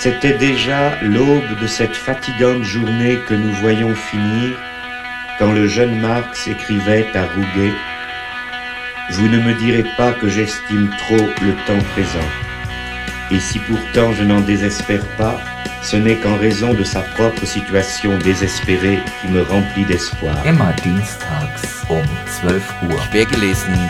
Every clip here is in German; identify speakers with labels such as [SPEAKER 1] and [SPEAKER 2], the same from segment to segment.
[SPEAKER 1] C'était déjà l'aube de cette fatigante journée que nous voyons finir quand le jeune Marx écrivait à Rouget « Vous ne me direz pas que j'estime trop le temps présent. Et si pourtant je n'en désespère pas, ce n'est qu'en raison de sa propre situation désespérée qui me remplit d'espoir. »
[SPEAKER 2] Immer dienstags um 12 Uhr.
[SPEAKER 3] Quergelesen.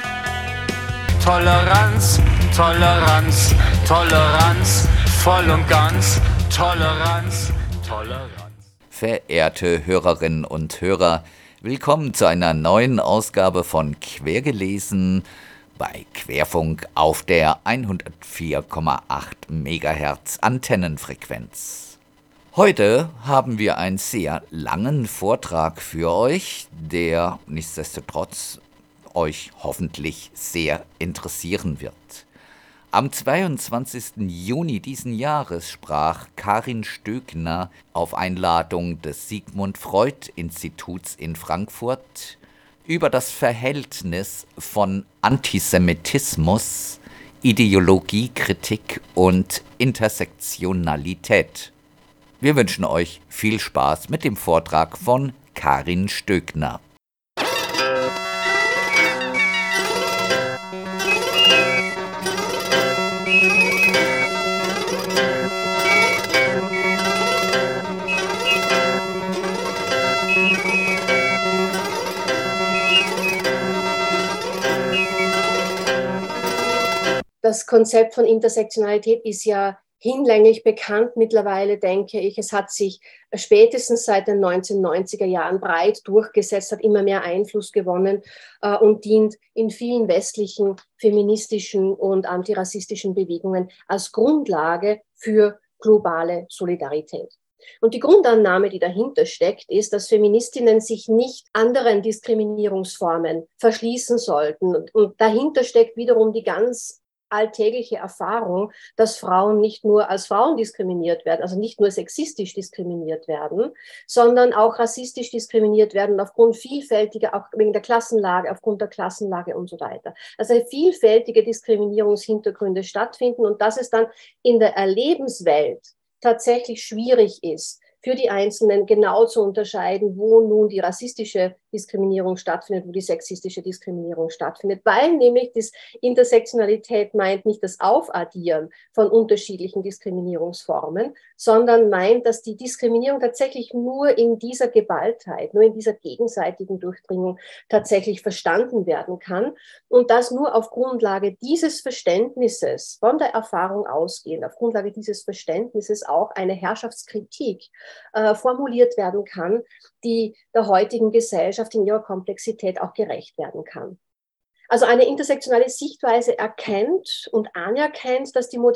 [SPEAKER 4] Toleranz, Toleranz, Toleranz, voll und ganz, Toleranz, Toleranz.
[SPEAKER 3] Verehrte Hörerinnen und Hörer, willkommen zu einer neuen Ausgabe von Quergelesen bei Querfunk auf der 104,8 MHz Antennenfrequenz. Heute haben wir einen sehr langen Vortrag für euch, der nichtsdestotrotz euch hoffentlich sehr interessieren wird. Am 22. Juni diesen Jahres sprach Karin Stöckner auf Einladung des Sigmund Freud Instituts in Frankfurt über das Verhältnis von Antisemitismus, Ideologiekritik und Intersektionalität. Wir wünschen euch viel Spaß mit dem Vortrag von Karin Stöckner.
[SPEAKER 5] Das Konzept von Intersektionalität ist ja hinlänglich bekannt mittlerweile, denke ich. Es hat sich spätestens seit den 1990er Jahren breit durchgesetzt, hat immer mehr Einfluss gewonnen und dient in vielen westlichen feministischen und antirassistischen Bewegungen als Grundlage für globale Solidarität. Und die Grundannahme, die dahinter steckt, ist, dass Feministinnen sich nicht anderen Diskriminierungsformen verschließen sollten. Und dahinter steckt wiederum die ganz alltägliche Erfahrung, dass Frauen nicht nur als Frauen diskriminiert werden, also nicht nur sexistisch diskriminiert werden, sondern auch rassistisch diskriminiert werden aufgrund vielfältiger, auch wegen der Klassenlage, aufgrund der Klassenlage und so weiter. Also vielfältige Diskriminierungshintergründe stattfinden und dass es dann in der Erlebenswelt tatsächlich schwierig ist, für die Einzelnen genau zu unterscheiden, wo nun die rassistische Diskriminierung stattfindet, wo die sexistische Diskriminierung stattfindet, weil nämlich das Intersektionalität meint nicht das Aufaddieren von unterschiedlichen Diskriminierungsformen, sondern meint, dass die Diskriminierung tatsächlich nur in dieser Geballtheit, nur in dieser gegenseitigen Durchdringung tatsächlich verstanden werden kann und dass nur auf Grundlage dieses Verständnisses, von der Erfahrung ausgehend, auf Grundlage dieses Verständnisses auch eine Herrschaftskritik formuliert werden kann, die der heutigen Gesellschaft in ihrer Komplexität auch gerecht werden kann. Also eine intersektionale Sichtweise erkennt und anerkennt, dass in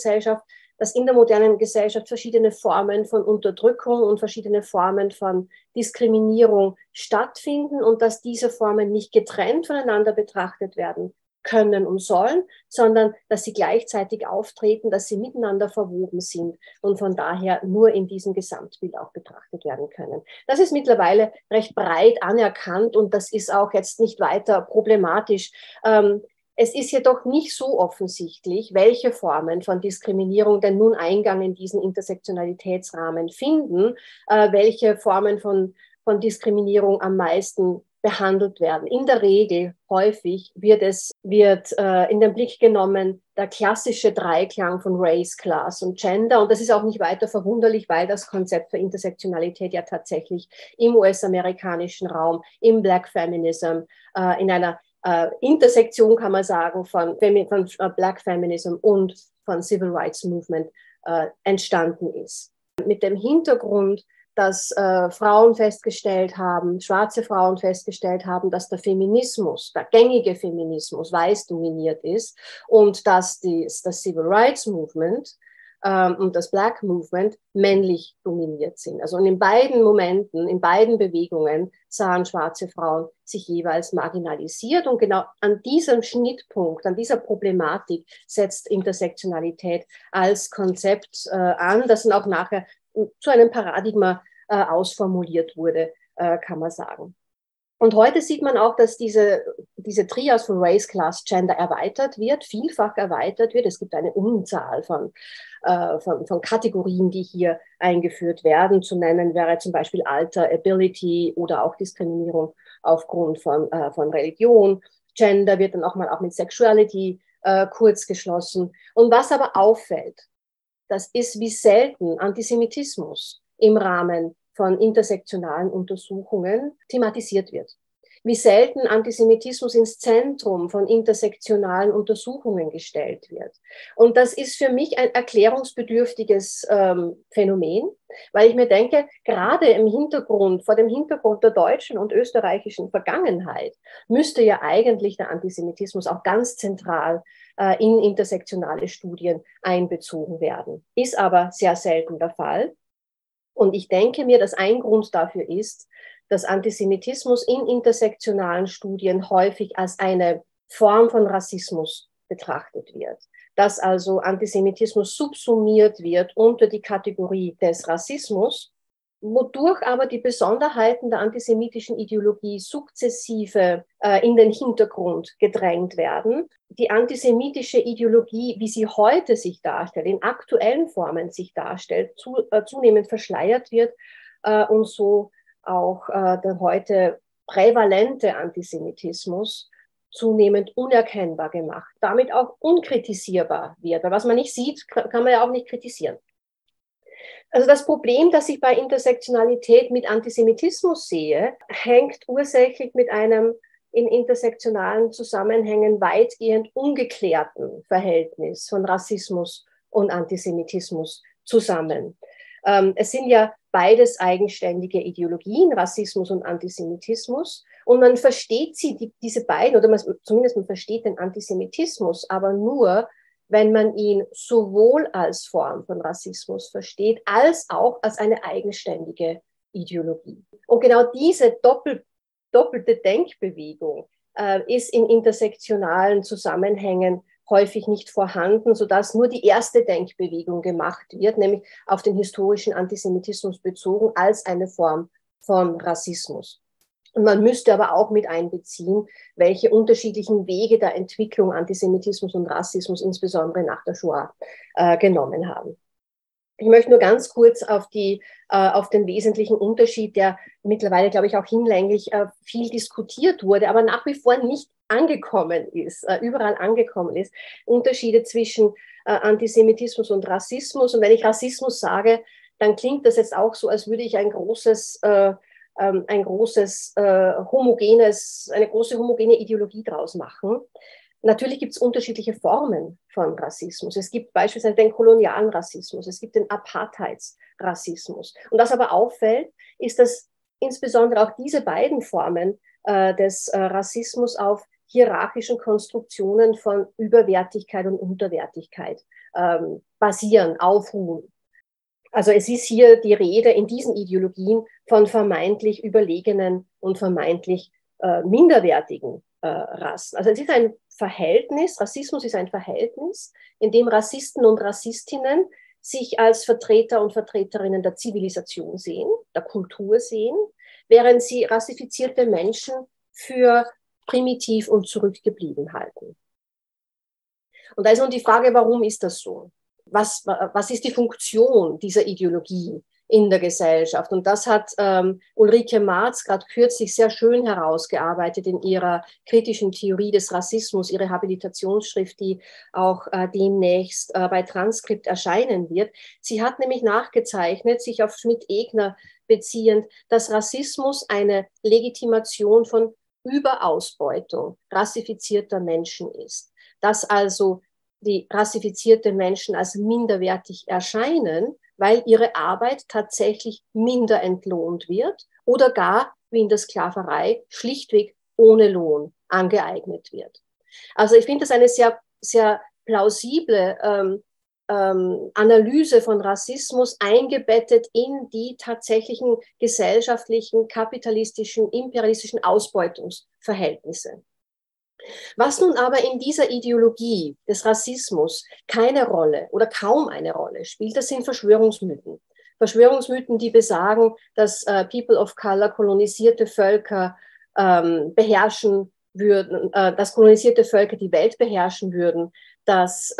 [SPEAKER 5] der modernen Gesellschaft verschiedene Formen von Unterdrückung und verschiedene Formen von Diskriminierung stattfinden und dass diese Formen nicht getrennt voneinander betrachtet werden können und sollen, sondern dass sie gleichzeitig auftreten, dass sie miteinander verwoben sind und von daher nur in diesem Gesamtbild auch betrachtet werden können. Das ist mittlerweile recht breit anerkannt und das ist auch jetzt nicht weiter problematisch. Es ist jedoch nicht so offensichtlich, welche Formen von Diskriminierung denn nun Eingang in diesen Intersektionalitätsrahmen finden, welche Formen von Diskriminierung am meisten behandelt werden. In der Regel, häufig, wird in den Blick genommen der klassische Dreiklang von Race, Class und Gender. Und das ist auch nicht weiter verwunderlich, weil das Konzept für Intersektionalität ja tatsächlich im US-amerikanischen Raum, im Black Feminism, in einer Intersektion, kann man sagen, von Black Feminism und von Civil Rights Movement entstanden ist. Mit dem Hintergrund, dass Frauen festgestellt haben, schwarze Frauen festgestellt haben, dass der Feminismus, der gängige Feminismus weiß dominiert ist und dass das Civil Rights Movement und das Black Movement männlich dominiert sind. Also und in beiden Momenten, in beiden Bewegungen sahen schwarze Frauen sich jeweils marginalisiert und genau an diesem Schnittpunkt, an dieser Problematik setzt Intersektionalität als Konzept an, das dann auch nachher zu einem Paradigma ausformuliert wurde, kann man sagen. Und heute sieht man auch, dass diese Trias von Race, Class, Gender erweitert wird, vielfach erweitert wird. Es gibt eine Unzahl von Kategorien, die hier eingeführt werden. Zu nennen wäre zum Beispiel Alter, Ability oder auch Diskriminierung aufgrund von Religion. Gender wird dann auch mal mit Sexuality kurz geschlossen. Und was aber auffällt, das ist, wie selten Antisemitismus im Rahmen von intersektionalen Untersuchungen thematisiert wird. Wie selten Antisemitismus ins Zentrum von intersektionalen Untersuchungen gestellt wird. Und das ist für mich ein erklärungsbedürftiges Phänomen, weil ich mir denke, gerade vor dem Hintergrund der deutschen und österreichischen Vergangenheit müsste ja eigentlich der Antisemitismus auch ganz zentral in intersektionale Studien einbezogen werden. Ist aber sehr selten der Fall. Und ich denke mir, dass ein Grund dafür ist, dass Antisemitismus in intersektionalen Studien häufig als eine Form von Rassismus betrachtet wird. Dass also Antisemitismus subsumiert wird unter die Kategorie des Rassismus, wodurch aber die Besonderheiten der antisemitischen Ideologie sukzessive in den Hintergrund gedrängt werden. Die antisemitische Ideologie, wie sie heute sich darstellt, in aktuellen Formen sich darstellt, zunehmend verschleiert wird und so auch der heute prävalente Antisemitismus zunehmend unerkennbar gemacht, damit auch unkritisierbar wird. Weil was man nicht sieht, kann man ja auch nicht kritisieren. Also das Problem, das ich bei Intersektionalität mit Antisemitismus sehe, hängt ursächlich mit einem in intersektionalen Zusammenhängen weitgehend ungeklärten Verhältnis von Rassismus und Antisemitismus zusammen. Es sind ja beides eigenständige Ideologien, Rassismus und Antisemitismus. Und man versteht diese beiden, oder zumindest man versteht den Antisemitismus, aber nur, wenn man ihn sowohl als Form von Rassismus versteht, als auch als eine eigenständige Ideologie. Und genau diese doppelte Denkbewegung ist in intersektionalen Zusammenhängen häufig nicht vorhanden, sodass nur die erste Denkbewegung gemacht wird, nämlich auf den historischen Antisemitismus bezogen als eine Form von Rassismus. Und man müsste aber auch mit einbeziehen, welche unterschiedlichen Wege der Entwicklung Antisemitismus und Rassismus insbesondere nach der Shoah genommen haben. Ich möchte nur ganz kurz auf den wesentlichen Unterschied, der mittlerweile, glaube ich, auch hinlänglich viel diskutiert wurde, aber nach wie vor nicht angekommen ist, überall angekommen ist, Unterschiede zwischen Antisemitismus und Rassismus. Und wenn ich Rassismus sage, dann klingt das jetzt auch so, als würde ich eine große homogene Ideologie draus machen. Natürlich gibt es unterschiedliche Formen von Rassismus. Es gibt beispielsweise den kolonialen Rassismus, es gibt den Apartheidsrassismus. Und was aber auffällt, ist, dass insbesondere auch diese beiden Formen des Rassismus auf hierarchischen Konstruktionen von Überwertigkeit und Unterwertigkeit basieren, aufruhen. Also es ist hier die Rede in diesen Ideologien von vermeintlich überlegenen und vermeintlich minderwertigen Rassen. Also es ist ein Verhältnis, Rassismus ist ein Verhältnis, in dem Rassisten und Rassistinnen sich als Vertreter und Vertreterinnen der Zivilisation sehen, der Kultur sehen, während sie rassifizierte Menschen für primitiv und zurückgeblieben halten. Und da ist nun die Frage, warum ist das so? Was ist die Funktion dieser Ideologie in der Gesellschaft? Und das hat Ulrike Marz gerade kürzlich sehr schön herausgearbeitet in ihrer kritischen Theorie des Rassismus, ihre Habilitationsschrift, die auch demnächst bei Transkript erscheinen wird. Sie hat nämlich nachgezeichnet, sich auf Schmidt-Egner beziehend, dass Rassismus eine Legitimation von Überausbeutung rassifizierter Menschen ist. Dass also die rassifizierte Menschen als minderwertig erscheinen, weil ihre Arbeit tatsächlich minder entlohnt wird oder gar, wie in der Sklaverei, schlichtweg ohne Lohn angeeignet wird. Also ich finde das eine sehr, sehr plausible Analyse von Rassismus, eingebettet in die tatsächlichen gesellschaftlichen, kapitalistischen, imperialistischen Ausbeutungsverhältnisse. Was nun aber in dieser Ideologie des Rassismus keine Rolle oder kaum eine Rolle spielt, das sind Verschwörungsmythen. Verschwörungsmythen, die besagen, dass People of Color, kolonisierte Völker beherrschen würden, dass kolonisierte Völker die Welt beherrschen würden, dass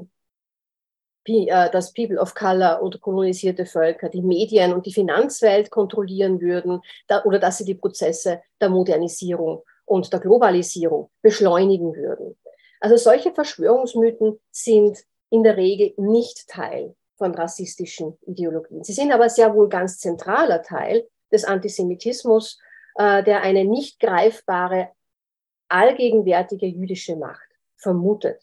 [SPEAKER 5] People of Color oder kolonisierte Völker die Medien und die Finanzwelt kontrollieren würden oder dass sie die Prozesse der Modernisierung und der Globalisierung beschleunigen würden. Also solche Verschwörungsmythen sind in der Regel nicht Teil von rassistischen Ideologien. Sie sind aber sehr wohl ganz zentraler Teil des Antisemitismus, der eine nicht greifbare, allgegenwärtige jüdische Macht vermutet.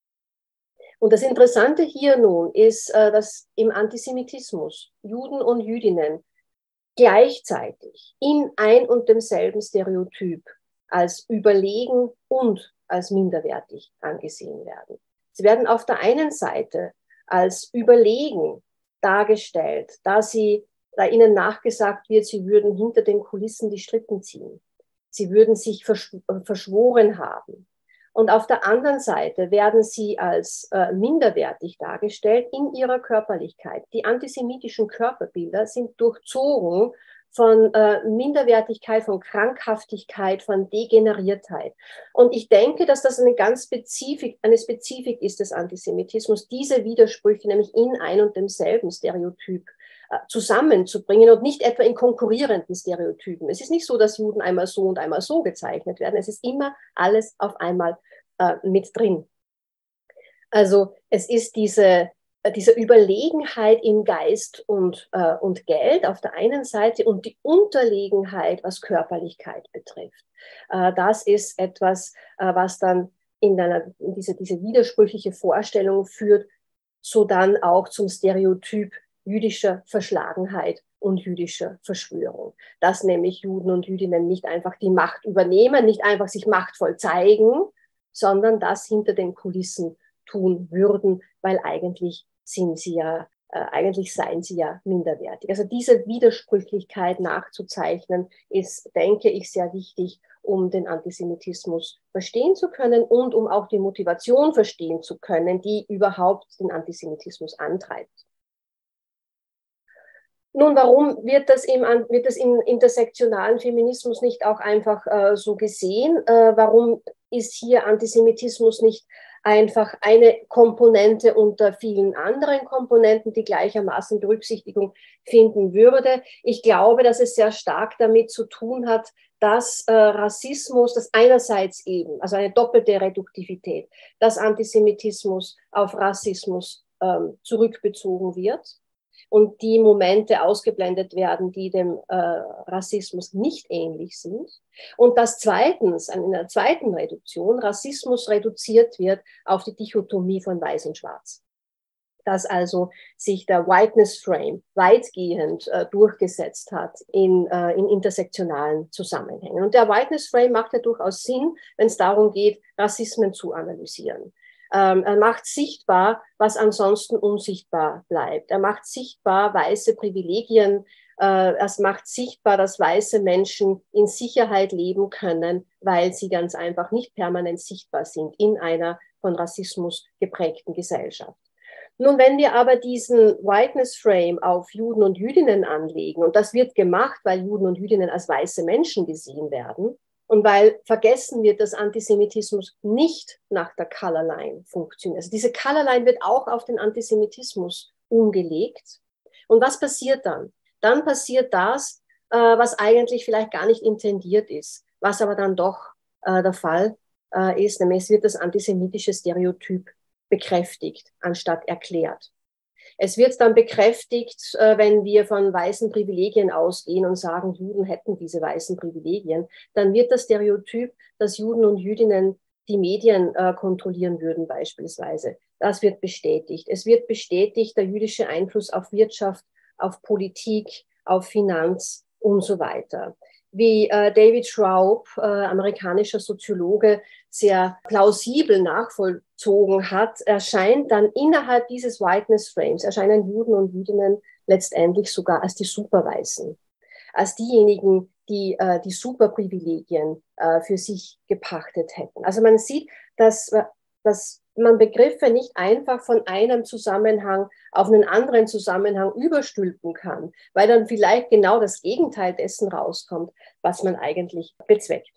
[SPEAKER 5] Und das Interessante hier nun ist, dass im Antisemitismus Juden und Jüdinnen gleichzeitig in ein und demselben Stereotyp als überlegen und als minderwertig angesehen werden. Sie werden auf der einen Seite als überlegen dargestellt, da ihnen nachgesagt wird, sie würden hinter den Kulissen die Strippen ziehen. Sie würden sich verschworen haben. Und auf der anderen Seite werden sie als minderwertig dargestellt in ihrer Körperlichkeit. Die antisemitischen Körperbilder sind durchzogen von Minderwertigkeit, von Krankhaftigkeit, von Degeneriertheit. Und ich denke, dass das eine Spezifik ist des Antisemitismus, diese Widersprüche nämlich in ein und demselben Stereotyp zusammenzubringen und nicht etwa in konkurrierenden Stereotypen. Es ist nicht so, dass Juden einmal so und einmal so gezeichnet werden. Es ist immer alles auf einmal mit drin. Also es ist diese Überlegenheit in Geist und Geld auf der einen Seite und die Unterlegenheit, was Körperlichkeit betrifft. Das ist etwas, was dann in diese widersprüchliche Vorstellung führt, so dann auch zum Stereotyp jüdischer Verschlagenheit und jüdischer Verschwörung. Dass nämlich Juden und Jüdinnen nicht einfach die Macht übernehmen, nicht einfach sich machtvoll zeigen, sondern das hinter den Kulissen tun würden, weil eigentlich seien sie ja minderwertig. Also diese Widersprüchlichkeit nachzuzeichnen, ist, denke ich, sehr wichtig, um den Antisemitismus verstehen zu können und um auch die Motivation verstehen zu können, die überhaupt den Antisemitismus antreibt. Nun, warum wird das im intersektionalen Feminismus nicht auch einfach so gesehen? Warum ist hier Antisemitismus nicht einfach eine Komponente unter vielen anderen Komponenten, die gleichermaßen Berücksichtigung finden würde? Ich glaube, dass es sehr stark damit zu tun hat, dass Rassismus, das einerseits eben, also eine doppelte Reduktivität, dass Antisemitismus auf Rassismus zurückbezogen wird und die Momente ausgeblendet werden, die dem Rassismus nicht ähnlich sind. Und dass zweitens, in einer zweiten Reduktion, Rassismus reduziert wird auf die Dichotomie von Weiß und Schwarz. Dass also sich der Whiteness Frame weitgehend durchgesetzt hat in intersektionalen Zusammenhängen. Und der Whiteness Frame macht ja durchaus Sinn, wenn es darum geht, Rassismen zu analysieren. Er macht sichtbar, was ansonsten unsichtbar bleibt. Er macht sichtbar weiße Privilegien. Es macht sichtbar, dass weiße Menschen in Sicherheit leben können, weil sie ganz einfach nicht permanent sichtbar sind in einer von Rassismus geprägten Gesellschaft. Nun, wenn wir aber diesen Whiteness Frame auf Juden und Jüdinnen anlegen, und das wird gemacht, weil Juden und Jüdinnen als weiße Menschen gesehen werden, und weil vergessen wird, dass Antisemitismus nicht nach der Colorline funktioniert. Also diese Colorline wird auch auf den Antisemitismus umgelegt. Und was passiert dann? Dann passiert das, was eigentlich vielleicht gar nicht intendiert ist, was aber dann doch der Fall ist, nämlich es wird das antisemitische Stereotyp bekräftigt, anstatt erklärt. Es wird dann bekräftigt, wenn wir von weißen Privilegien ausgehen und sagen, Juden hätten diese weißen Privilegien, dann wird das Stereotyp, dass Juden und Jüdinnen die Medien kontrollieren würden beispielsweise. Das wird bestätigt. Es wird bestätigt, der jüdische Einfluss auf Wirtschaft, auf Politik, auf Finanz und so weiter. Wie David Schraub, amerikanischer Soziologe, sehr plausibel nachvollzogen hat, erscheint dann innerhalb dieses Whiteness Frames, erscheinen Juden und Jüdinnen letztendlich sogar als die Superweißen, als diejenigen, die die Superprivilegien für sich gepachtet hätten. Also man sieht, dass man Begriffe nicht einfach von einem Zusammenhang auf einen anderen Zusammenhang überstülpen kann, weil dann vielleicht genau das Gegenteil dessen rauskommt, was man eigentlich bezweckt.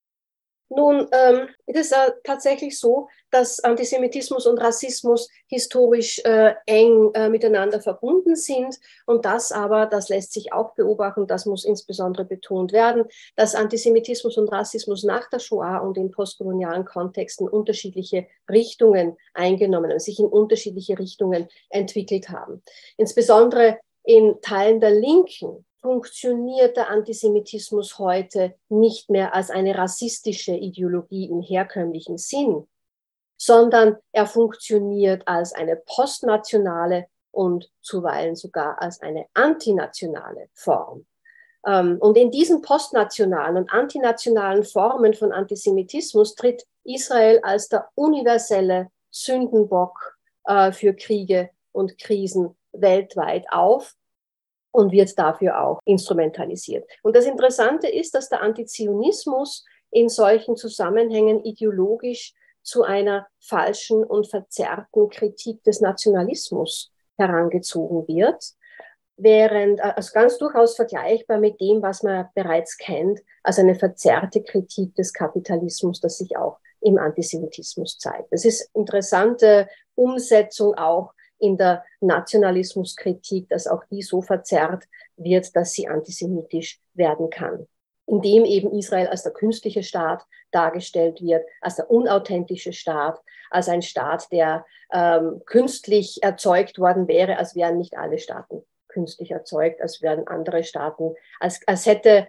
[SPEAKER 5] Nun ist es tatsächlich so, dass Antisemitismus und Rassismus historisch eng miteinander verbunden sind und das lässt sich auch beobachten, das muss insbesondere betont werden, dass Antisemitismus und Rassismus nach der Shoah und in postkolonialen Kontexten unterschiedliche Richtungen eingenommen und sich in unterschiedliche Richtungen entwickelt haben. Insbesondere in Teilen der Linken funktioniert der Antisemitismus heute nicht mehr als eine rassistische Ideologie im herkömmlichen Sinn, sondern er funktioniert als eine postnationale und zuweilen sogar als eine antinationale Form. Und in diesen postnationalen und antinationalen Formen von Antisemitismus tritt Israel als der universelle Sündenbock für Kriege und Krisen weltweit auf und wird dafür auch instrumentalisiert. Und das Interessante ist, dass der Antizionismus in solchen Zusammenhängen ideologisch zu einer falschen und verzerrten Kritik des Nationalismus herangezogen wird, während, also ganz durchaus vergleichbar mit dem, was man bereits kennt, als eine verzerrte Kritik des Kapitalismus, das sich auch im Antisemitismus zeigt. Das ist interessante Umsetzung auch in der Nationalismuskritik, dass auch die so verzerrt wird, dass sie antisemitisch werden kann. Indem eben Israel als der künstliche Staat dargestellt wird, als der unauthentische Staat, als ein Staat, der künstlich erzeugt worden wäre, als wären nicht alle Staaten künstlich erzeugt, als wären andere Staaten, als hätte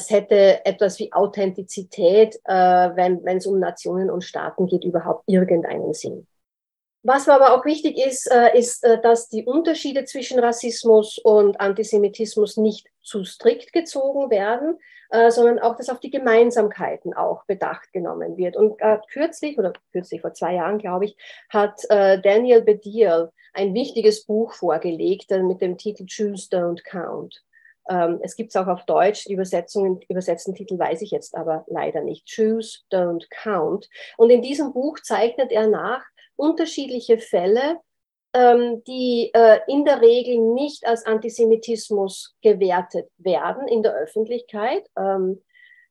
[SPEAKER 5] etwas wie Authentizität, wenn es um Nationen und Staaten geht, überhaupt irgendeinen Sinn. Was aber auch wichtig ist, dass die Unterschiede zwischen Rassismus und Antisemitismus nicht zu strikt gezogen werden, sondern auch, dass auf die Gemeinsamkeiten auch Bedacht genommen wird. Und kürzlich vor 2 Jahren, glaube ich, hat Daniel Bedell ein wichtiges Buch vorgelegt mit dem Titel Choose, Don't Count. Es gibt es auch auf Deutsch, die übersetzten Titel weiß ich jetzt aber leider nicht. Choose, Don't Count. Und in diesem Buch zeichnet er nach, unterschiedliche Fälle, die in der Regel nicht als Antisemitismus gewertet werden in der Öffentlichkeit. Und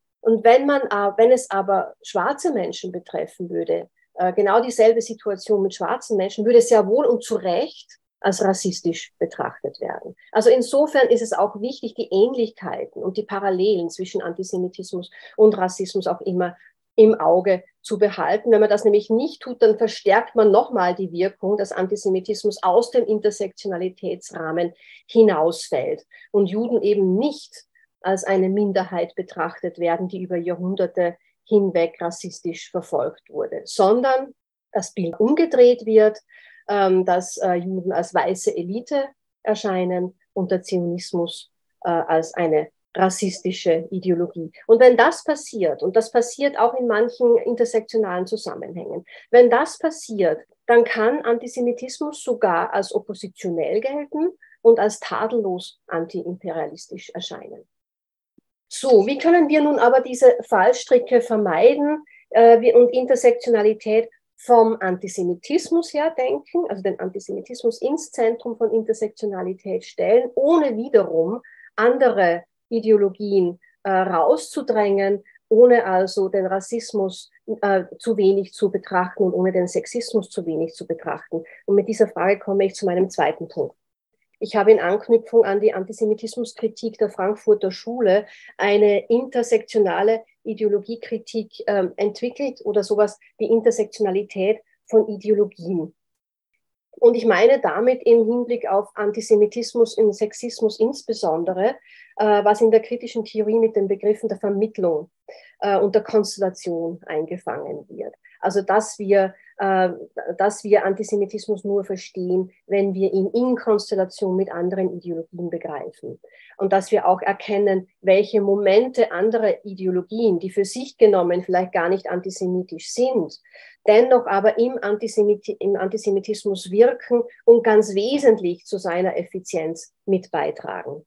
[SPEAKER 5] wenn es aber schwarze Menschen betreffen würde, genau dieselbe Situation mit schwarzen Menschen, würde sehr wohl und zu Recht als rassistisch betrachtet werden. Also insofern ist es auch wichtig, die Ähnlichkeiten und die Parallelen zwischen Antisemitismus und Rassismus auch immer im Auge zu behalten. Wenn man das nämlich nicht tut, dann verstärkt man nochmal die Wirkung, dass Antisemitismus aus dem Intersektionalitätsrahmen hinausfällt und Juden eben nicht als eine Minderheit betrachtet werden, die über Jahrhunderte hinweg rassistisch verfolgt wurde, sondern das Bild umgedreht wird, dass Juden als weiße Elite erscheinen und der Zionismus als eine rassistische Ideologie. Und wenn das passiert, und das passiert auch in manchen intersektionalen Zusammenhängen, wenn das passiert, dann kann Antisemitismus sogar als oppositionell gelten und als tadellos antiimperialistisch erscheinen. So, wie können wir nun aber diese Fallstricke vermeiden und Intersektionalität vom Antisemitismus her denken, also den Antisemitismus ins Zentrum von Intersektionalität stellen, ohne wiederum andere Ideologien rauszudrängen, ohne also den Rassismus zu wenig zu betrachten und ohne den Sexismus zu wenig zu betrachten. Und mit dieser Frage komme ich zu meinem zweiten Punkt. Ich habe in Anknüpfung an die Antisemitismuskritik der Frankfurter Schule eine intersektionale Ideologiekritik entwickelt oder sowas wie Intersektionalität von Ideologien. Und ich meine damit im Hinblick auf Antisemitismus und Sexismus insbesondere, was in der kritischen Theorie mit den Begriffen der Vermittlung und der Konstellation eingefangen wird. Also dass wir Antisemitismus nur verstehen, wenn wir ihn in Konstellation mit anderen Ideologien begreifen. Und dass wir auch erkennen, welche Momente anderer Ideologien, die für sich genommen vielleicht gar nicht antisemitisch sind, dennoch aber im Antisemitismus wirken und ganz wesentlich zu seiner Effizienz mit beitragen.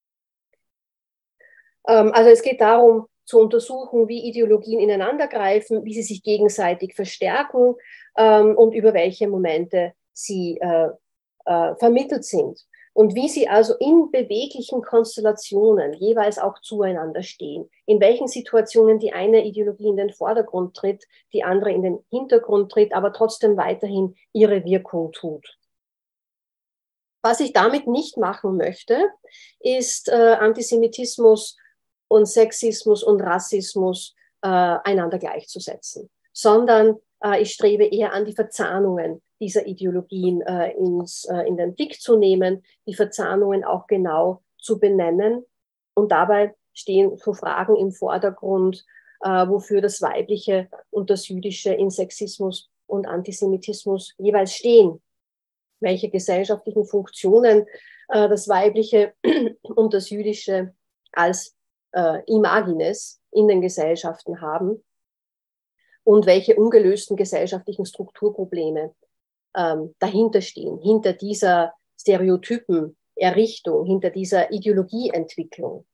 [SPEAKER 5] Also es geht darum, zu untersuchen, wie Ideologien ineinandergreifen, wie sie sich gegenseitig verstärken und über welche Momente sie vermittelt sind. und wie sie also in beweglichen Konstellationen jeweils auch zueinander stehen, in welchen Situationen die eine Ideologie in den Vordergrund tritt, die andere in den Hintergrund tritt, aber trotzdem weiterhin ihre Wirkung tut. Was ich damit nicht machen möchte, ist Antisemitismus und Sexismus und Rassismus einander gleichzusetzen, sondern ich strebe eher an, die Verzahnungen dieser Ideologien in den Blick zu nehmen, die Verzahnungen auch genau zu benennen. Und dabei stehen so Fragen im Vordergrund, wofür das Weibliche und das Jüdische in Sexismus und Antisemitismus jeweils stehen, welche gesellschaftlichen Funktionen das Weibliche und das Jüdische als Imagines in den Gesellschaften haben und welche ungelösten gesellschaftlichen Strukturprobleme dahinter stehen, hinter dieser Stereotypenerrichtung, hinter dieser Ideologieentwicklung.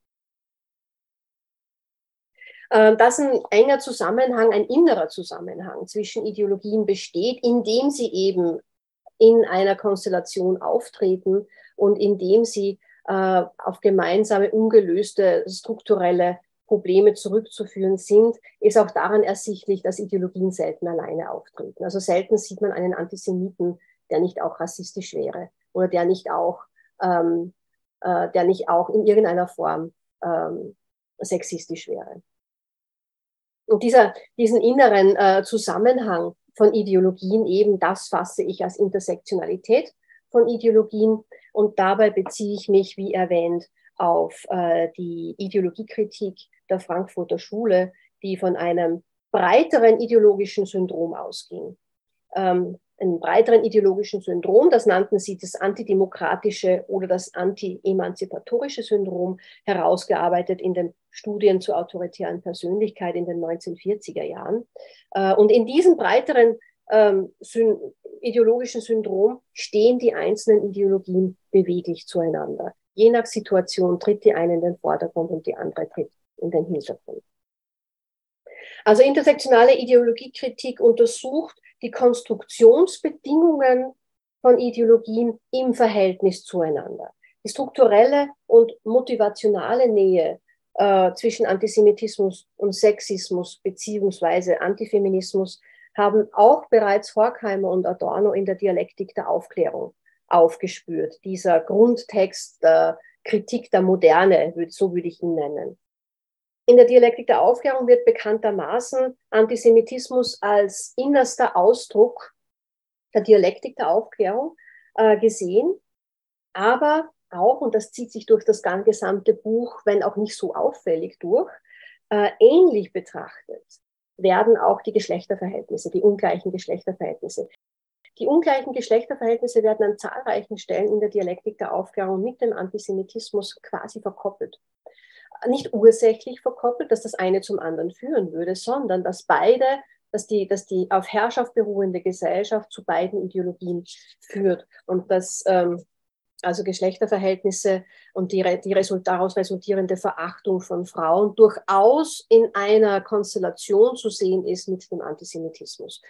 [SPEAKER 5] Dass ein enger Zusammenhang, ein innerer Zusammenhang zwischen Ideologien besteht, indem sie eben in einer Konstellation auftreten und indem sie auf gemeinsame, ungelöste strukturelle Probleme zurückzuführen sind, ist auch daran ersichtlich, dass Ideologien selten alleine auftreten. Also selten sieht man einen Antisemiten, der nicht auch rassistisch wäre oder der nicht auch in irgendeiner Form sexistisch wäre. Und diesen inneren Zusammenhang von Ideologien eben, das fasse ich als Intersektionalität von Ideologien. Und dabei beziehe ich mich, wie erwähnt, auf die Ideologiekritik der Frankfurter Schule, die von einem breiteren ideologischen Syndrom ausging. Einem breiteren ideologischen Syndrom, das nannten sie das antidemokratische oder das anti-emanzipatorische Syndrom, herausgearbeitet in den Studien zur autoritären Persönlichkeit in den 1940er Jahren. Und in diesem breiteren ideologischen Syndrom stehen die einzelnen Ideologien beweglich zueinander. Je nach Situation tritt die eine in den Vordergrund und die andere tritt in den Hintergrund. Also intersektionale Ideologiekritik untersucht die Konstruktionsbedingungen von Ideologien im Verhältnis zueinander. Die strukturelle und motivationale Nähe zwischen Antisemitismus und Sexismus beziehungsweise Antifeminismus haben auch bereits Horkheimer und Adorno in der Dialektik der Aufklärung aufgespürt. Dieser Grundtext Kritik der Moderne, so würde ich ihn nennen. In der Dialektik der Aufklärung wird bekanntermaßen Antisemitismus als innerster Ausdruck der Dialektik der Aufklärung gesehen, aber auch, und das zieht sich durch das gesamte Buch, wenn auch nicht so auffällig durch, ähnlich betrachtet werden auch die Geschlechterverhältnisse, die ungleichen Geschlechterverhältnisse. Die ungleichen Geschlechterverhältnisse werden an zahlreichen Stellen in der Dialektik der Aufklärung mit dem Antisemitismus quasi verkoppelt. Nicht ursächlich verkoppelt, dass das eine zum anderen führen würde, sondern dass die auf Herrschaft beruhende Gesellschaft zu beiden Ideologien führt und dass also Geschlechterverhältnisse und die daraus resultierende Verachtung von Frauen durchaus in einer Konstellation zu sehen ist mit dem Antisemitismus.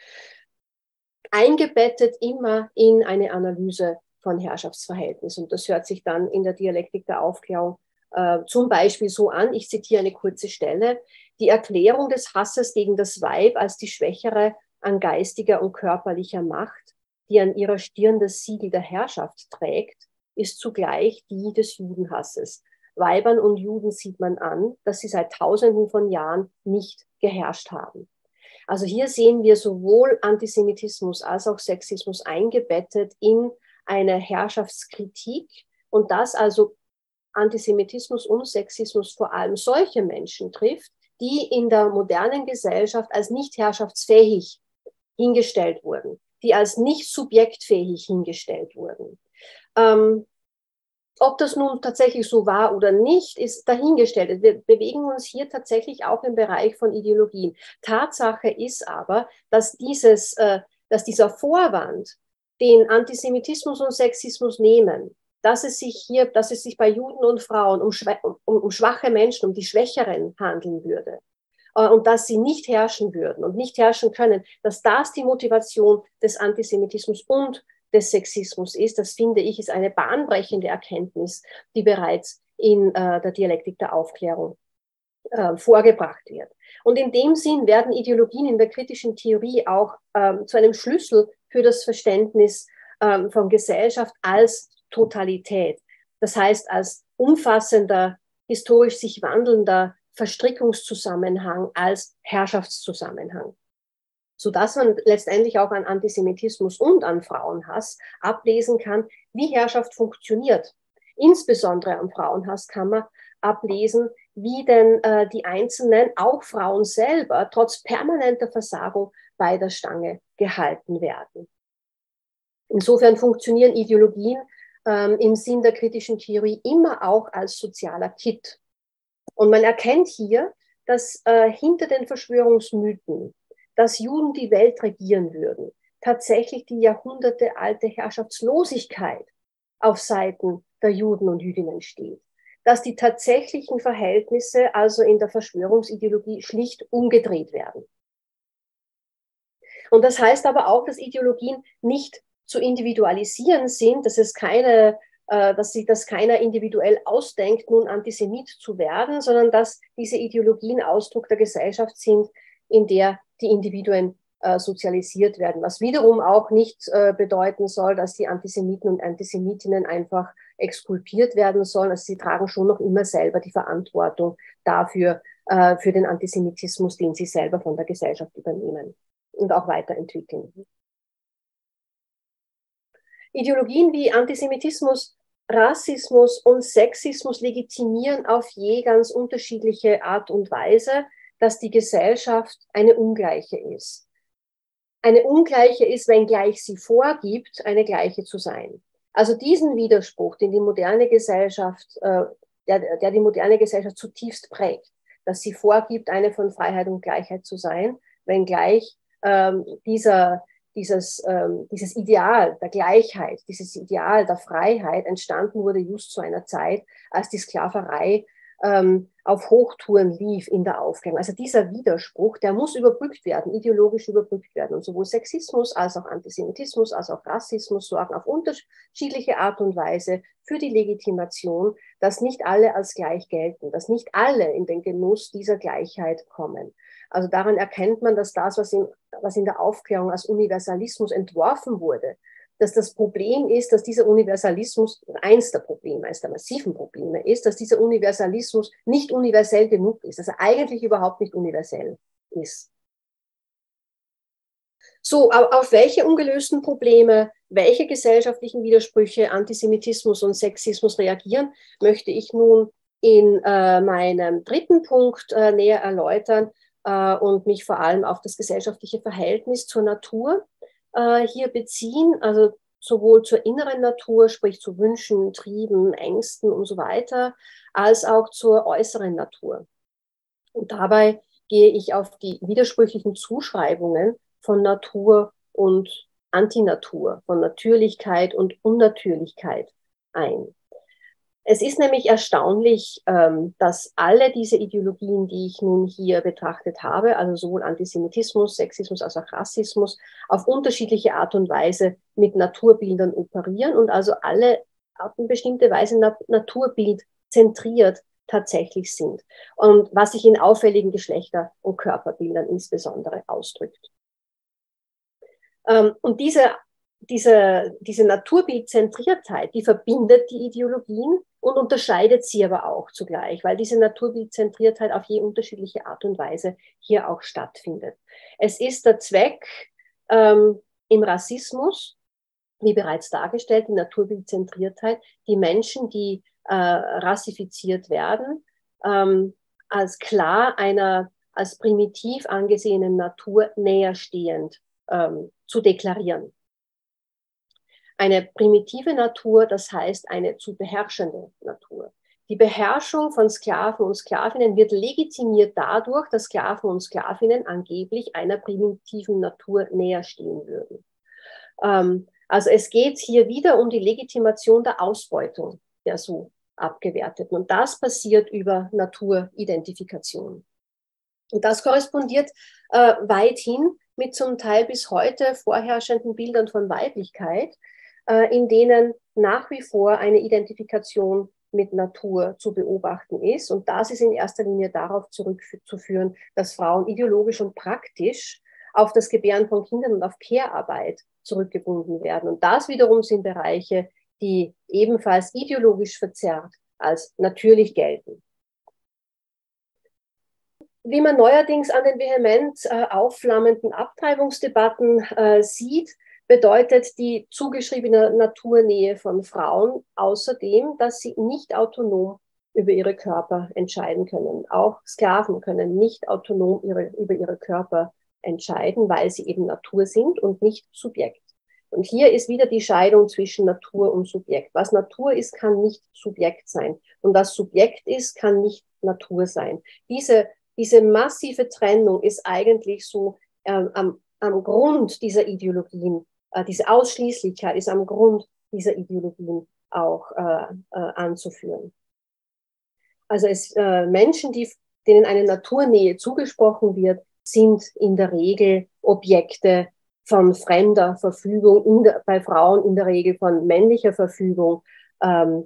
[SPEAKER 5] Eingebettet immer in eine Analyse von Herrschaftsverhältnissen. Und das hört sich dann in der Dialektik der Aufklärung zum Beispiel so an, ich zitiere eine kurze Stelle: Die Erklärung des Hasses gegen das Weib als die Schwächere an geistiger und körperlicher Macht, die an ihrer Stirn das Siegel der Herrschaft trägt, ist zugleich die des Judenhasses. Weibern und Juden sieht man an, dass sie seit Tausenden von Jahren nicht geherrscht haben. Also hier sehen wir sowohl Antisemitismus als auch Sexismus eingebettet in eine Herrschaftskritik und dass also Antisemitismus und Sexismus vor allem solche Menschen trifft, die in der modernen Gesellschaft als nicht herrschaftsfähig hingestellt wurden, die als nicht subjektfähig hingestellt wurden. Ob das nun tatsächlich so war oder nicht, ist dahingestellt. Wir bewegen uns hier tatsächlich auch im Bereich von Ideologien. Tatsache ist aber, dass dieser Vorwand, den Antisemitismus und Sexismus nehmen, dass es sich bei Juden und Frauen um schwache Menschen, um die Schwächeren handeln würde und dass sie nicht herrschen würden und nicht herrschen können, dass das die Motivation des Antisemitismus und des Sexismus ist. Das finde ich, ist eine bahnbrechende Erkenntnis, die bereits in der Dialektik der Aufklärung vorgebracht wird. Und in dem Sinn werden Ideologien in der kritischen Theorie auch zu einem Schlüssel für das Verständnis von Gesellschaft als Totalität. Das heißt, als umfassender, historisch sich wandelnder Verstrickungszusammenhang, als Herrschaftszusammenhang. Sodass man letztendlich auch an Antisemitismus und an Frauenhass ablesen kann, wie Herrschaft funktioniert. Insbesondere am Frauenhass kann man ablesen, wie denn die Einzelnen, auch Frauen selber, trotz permanenter Versagung bei der Stange gehalten werden. Insofern funktionieren Ideologien im Sinn der kritischen Theorie immer auch als sozialer Kit. Und man erkennt hier, dass hinter den Verschwörungsmythen, dass Juden die Welt regieren würden, tatsächlich die jahrhundertealte Herrschaftslosigkeit auf Seiten der Juden und Jüdinnen steht. Dass die tatsächlichen Verhältnisse also in der Verschwörungsideologie schlicht umgedreht werden. Und das heißt aber auch, dass Ideologien nicht zu individualisieren sind, dass sich das keiner individuell ausdenkt, nun Antisemit zu werden, sondern dass diese Ideologien Ausdruck der Gesellschaft sind, in der die Individuen sozialisiert werden, was wiederum auch nicht bedeuten soll, dass die Antisemiten und Antisemitinnen einfach exkulpiert werden sollen. Also sie tragen schon noch immer selber die Verantwortung dafür, für den Antisemitismus, den sie selber von der Gesellschaft übernehmen und auch weiterentwickeln. Ideologien wie Antisemitismus, Rassismus und Sexismus legitimieren auf je ganz unterschiedliche Art und Weise, dass die Gesellschaft eine ungleiche ist. Eine ungleiche ist, wenngleich sie vorgibt, eine gleiche zu sein. Also diesen Widerspruch, den die moderne Gesellschaft, der die moderne Gesellschaft zutiefst prägt, dass sie vorgibt, eine von Freiheit und Gleichheit zu sein, wenngleich dieses Ideal der Gleichheit, dieses Ideal der Freiheit entstanden wurde just zu einer Zeit, als die Sklaverei auf Hochtouren lief in der Aufklärung. Also dieser Widerspruch, der muss überbrückt werden, ideologisch überbrückt werden. Und sowohl Sexismus als auch Antisemitismus als auch Rassismus sorgen auf unterschiedliche Art und Weise für die Legitimation, dass nicht alle als gleich gelten, dass nicht alle in den Genuss dieser Gleichheit kommen. Also daran erkennt man, dass das, was in der Aufklärung als Universalismus entworfen wurde, dass das Problem ist, dass dieser Universalismus, eins der massiven Probleme ist, dass dieser Universalismus nicht universell genug ist, dass er eigentlich überhaupt nicht universell ist. So, auf welche ungelösten Probleme, welche gesellschaftlichen Widersprüche Antisemitismus und Sexismus reagieren, möchte ich nun in meinem dritten Punkt näher erläutern und mich vor allem auf das gesellschaftliche Verhältnis zur Natur hier beziehen, also sowohl zur inneren Natur, sprich zu Wünschen, Trieben, Ängsten und so weiter, als auch zur äußeren Natur. Und dabei gehe ich auf die widersprüchlichen Zuschreibungen von Natur und Antinatur, von Natürlichkeit und Unnatürlichkeit ein. Es ist nämlich erstaunlich, dass alle diese Ideologien, die ich nun hier betrachtet habe, also sowohl Antisemitismus, Sexismus als auch Rassismus, auf unterschiedliche Art und Weise mit Naturbildern operieren und also alle auf eine bestimmte Weise naturbildzentriert tatsächlich sind. Und was sich in auffälligen Geschlechter- und Körperbildern insbesondere ausdrückt. Und diese Naturbildzentriertheit, die verbindet die Ideologien und unterscheidet sie aber auch zugleich, weil diese Naturbildzentriertheit auf je unterschiedliche Art und Weise hier auch stattfindet. Es ist der Zweck im Rassismus, wie bereits dargestellt, die Naturbildzentriertheit, die Menschen, die rassifiziert werden, als klar einer als primitiv angesehenen Natur näherstehend zu deklarieren. Eine primitive Natur, das heißt eine zu beherrschende Natur. Die Beherrschung von Sklaven und Sklavinnen wird legitimiert dadurch, dass Sklaven und Sklavinnen angeblich einer primitiven Natur näher stehen würden. Also es geht hier wieder um die Legitimation der Ausbeutung der so abgewerteten. Und das passiert über Naturidentifikation. Und das korrespondiert weithin mit zum Teil bis heute vorherrschenden Bildern von Weiblichkeit, in denen nach wie vor eine Identifikation mit Natur zu beobachten ist. Und das ist in erster Linie darauf zurückzuführen, dass Frauen ideologisch und praktisch auf das Gebären von Kindern und auf Care-Arbeit zurückgebunden werden. Und das wiederum sind Bereiche, die ebenfalls ideologisch verzerrt als natürlich gelten. Wie man neuerdings an den vehement aufflammenden Abtreibungsdebatten sieht, bedeutet die zugeschriebene Naturnähe von Frauen außerdem, dass sie nicht autonom über ihre Körper entscheiden können. Auch Sklaven können nicht autonom über ihre Körper entscheiden, weil sie eben Natur sind und nicht Subjekt. Und hier ist wieder die Scheidung zwischen Natur und Subjekt. Was Natur ist, kann nicht Subjekt sein. Und was Subjekt ist, kann nicht Natur sein. Diese massive Trennung ist eigentlich so am Grund dieser Ideologien, diese Ausschließlichkeit ist am Grund dieser Ideologien auch anzuführen. Also Menschen, denen eine Naturnähe zugesprochen wird, sind in der Regel Objekte von fremder Verfügung, bei Frauen in der Regel von männlicher Verfügung. Das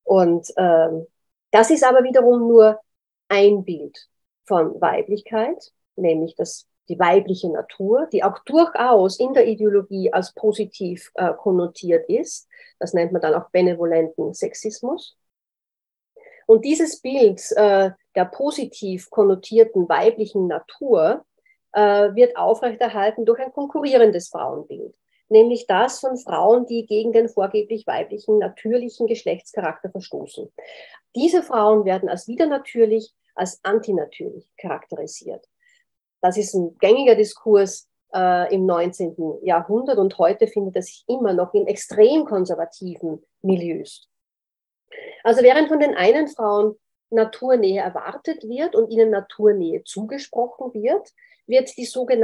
[SPEAKER 5] ist aber wiederum nur ein Bild von Weiblichkeit, nämlich die weibliche Natur, die auch durchaus in der Ideologie als positiv konnotiert ist. Das nennt man dann auch benevolenten Sexismus. Und dieses Bild der positiv konnotierten weiblichen Natur wird aufrechterhalten durch ein konkurrierendes Frauenbild, nämlich das von Frauen, die gegen den vorgeblich weiblichen, natürlichen Geschlechtscharakter verstoßen. Diese Frauen werden als widernatürlich, als antinatürlich charakterisiert. Das ist ein gängiger Diskurs im 19. Jahrhundert und heute findet er sich immer noch in extrem konservativen Milieus. Also während von den einen Frauen Naturnähe erwartet wird und ihnen Naturnähe zugesprochen wird, wird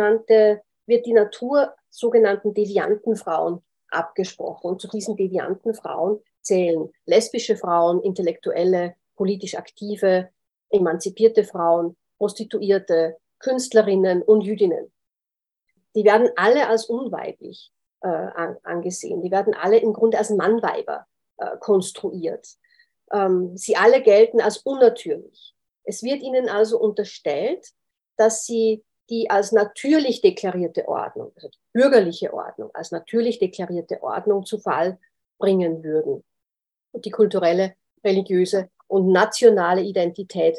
[SPEAKER 5] die Natur sogenannten devianten Frauen abgesprochen. Und zu diesen devianten Frauen zählen lesbische Frauen, intellektuelle, politisch aktive, emanzipierte Frauen, Prostituierte, Künstlerinnen und Jüdinnen. Die werden alle als unweiblich angesehen. Die werden alle im Grunde als Mannweiber konstruiert. Sie alle gelten als unnatürlich. Es wird ihnen also unterstellt, dass sie die als natürlich deklarierte Ordnung, also die bürgerliche Ordnung, als natürlich deklarierte Ordnung zu Fall bringen würden und die kulturelle, religiöse und nationale Identität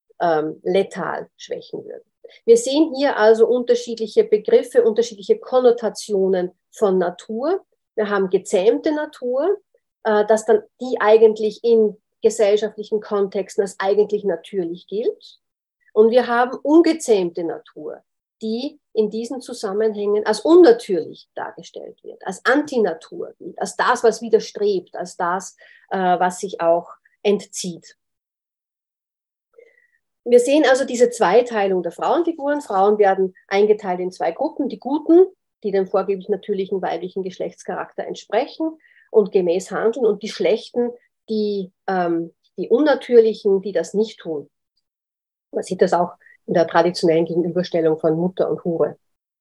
[SPEAKER 5] letal schwächen würden. Wir sehen hier also unterschiedliche Begriffe, unterschiedliche Konnotationen von Natur. Wir haben gezähmte Natur, dass dann die eigentlich in gesellschaftlichen Kontexten als eigentlich natürlich gilt. Und wir haben ungezähmte Natur, die in diesen Zusammenhängen als unnatürlich dargestellt wird, als Antinatur, als das, was widerstrebt, als das, was sich auch entzieht. Wir sehen also diese Zweiteilung der Frauenfiguren. Frauen werden eingeteilt in zwei Gruppen, die Guten, die dem vorgeblich natürlichen weiblichen Geschlechtscharakter entsprechen und gemäß handeln, und die Schlechten, die Unnatürlichen, die das nicht tun. Man sieht das auch in der traditionellen Gegenüberstellung von Mutter und Hure.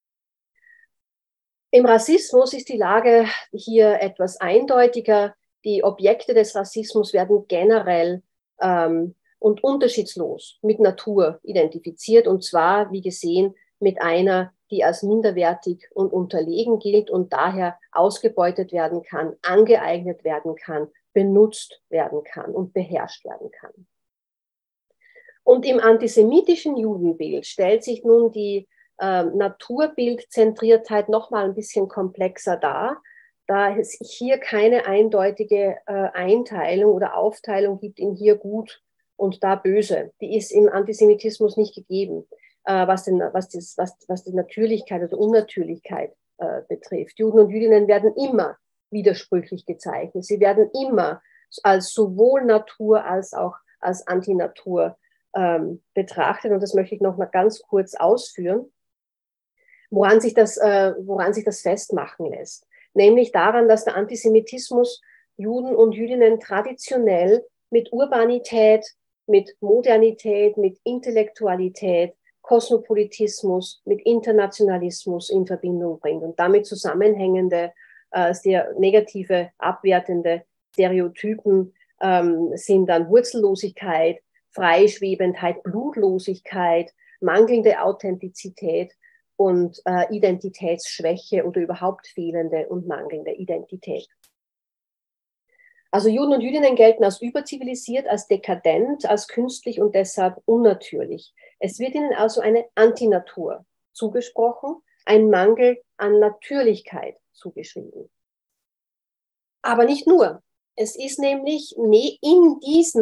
[SPEAKER 5] Im Rassismus ist die Lage hier etwas eindeutiger. Die Objekte des Rassismus werden generell und unterschiedslos mit Natur identifiziert, und zwar, wie gesehen, mit einer, die als minderwertig und unterlegen gilt und daher ausgebeutet werden kann, angeeignet werden kann, benutzt werden kann und beherrscht werden kann. Und im antisemitischen Judenbild stellt sich nun die Naturbildzentriertheit noch mal ein bisschen komplexer dar, da es hier keine eindeutige Einteilung oder Aufteilung gibt in hier gut und da böse. Die ist im Antisemitismus nicht gegeben, was die Natürlichkeit oder Unnatürlichkeit betrifft. Juden und Jüdinnen werden immer widersprüchlich gezeichnet. Sie werden immer als sowohl Natur als auch als Antinatur betrachtet. Und das möchte ich noch mal ganz kurz ausführen, woran sich das festmachen lässt. Nämlich daran, dass der Antisemitismus Juden und Jüdinnen traditionell mit Urbanität, mit Modernität, mit Intellektualität, Kosmopolitismus, mit Internationalismus in Verbindung bringt und damit zusammenhängende sehr negative, abwertende Stereotypen sind dann Wurzellosigkeit, Freischwebendheit, Blutlosigkeit, mangelnde Authentizität und Identitätsschwäche oder überhaupt fehlende und mangelnde Identität. Also Juden und Jüdinnen gelten als überzivilisiert, als dekadent, als künstlich und deshalb unnatürlich. Es wird ihnen also eine Antinatur zugesprochen, ein Mangel an Natürlichkeit zugeschrieben. Aber nicht nur. Es ist nämlich in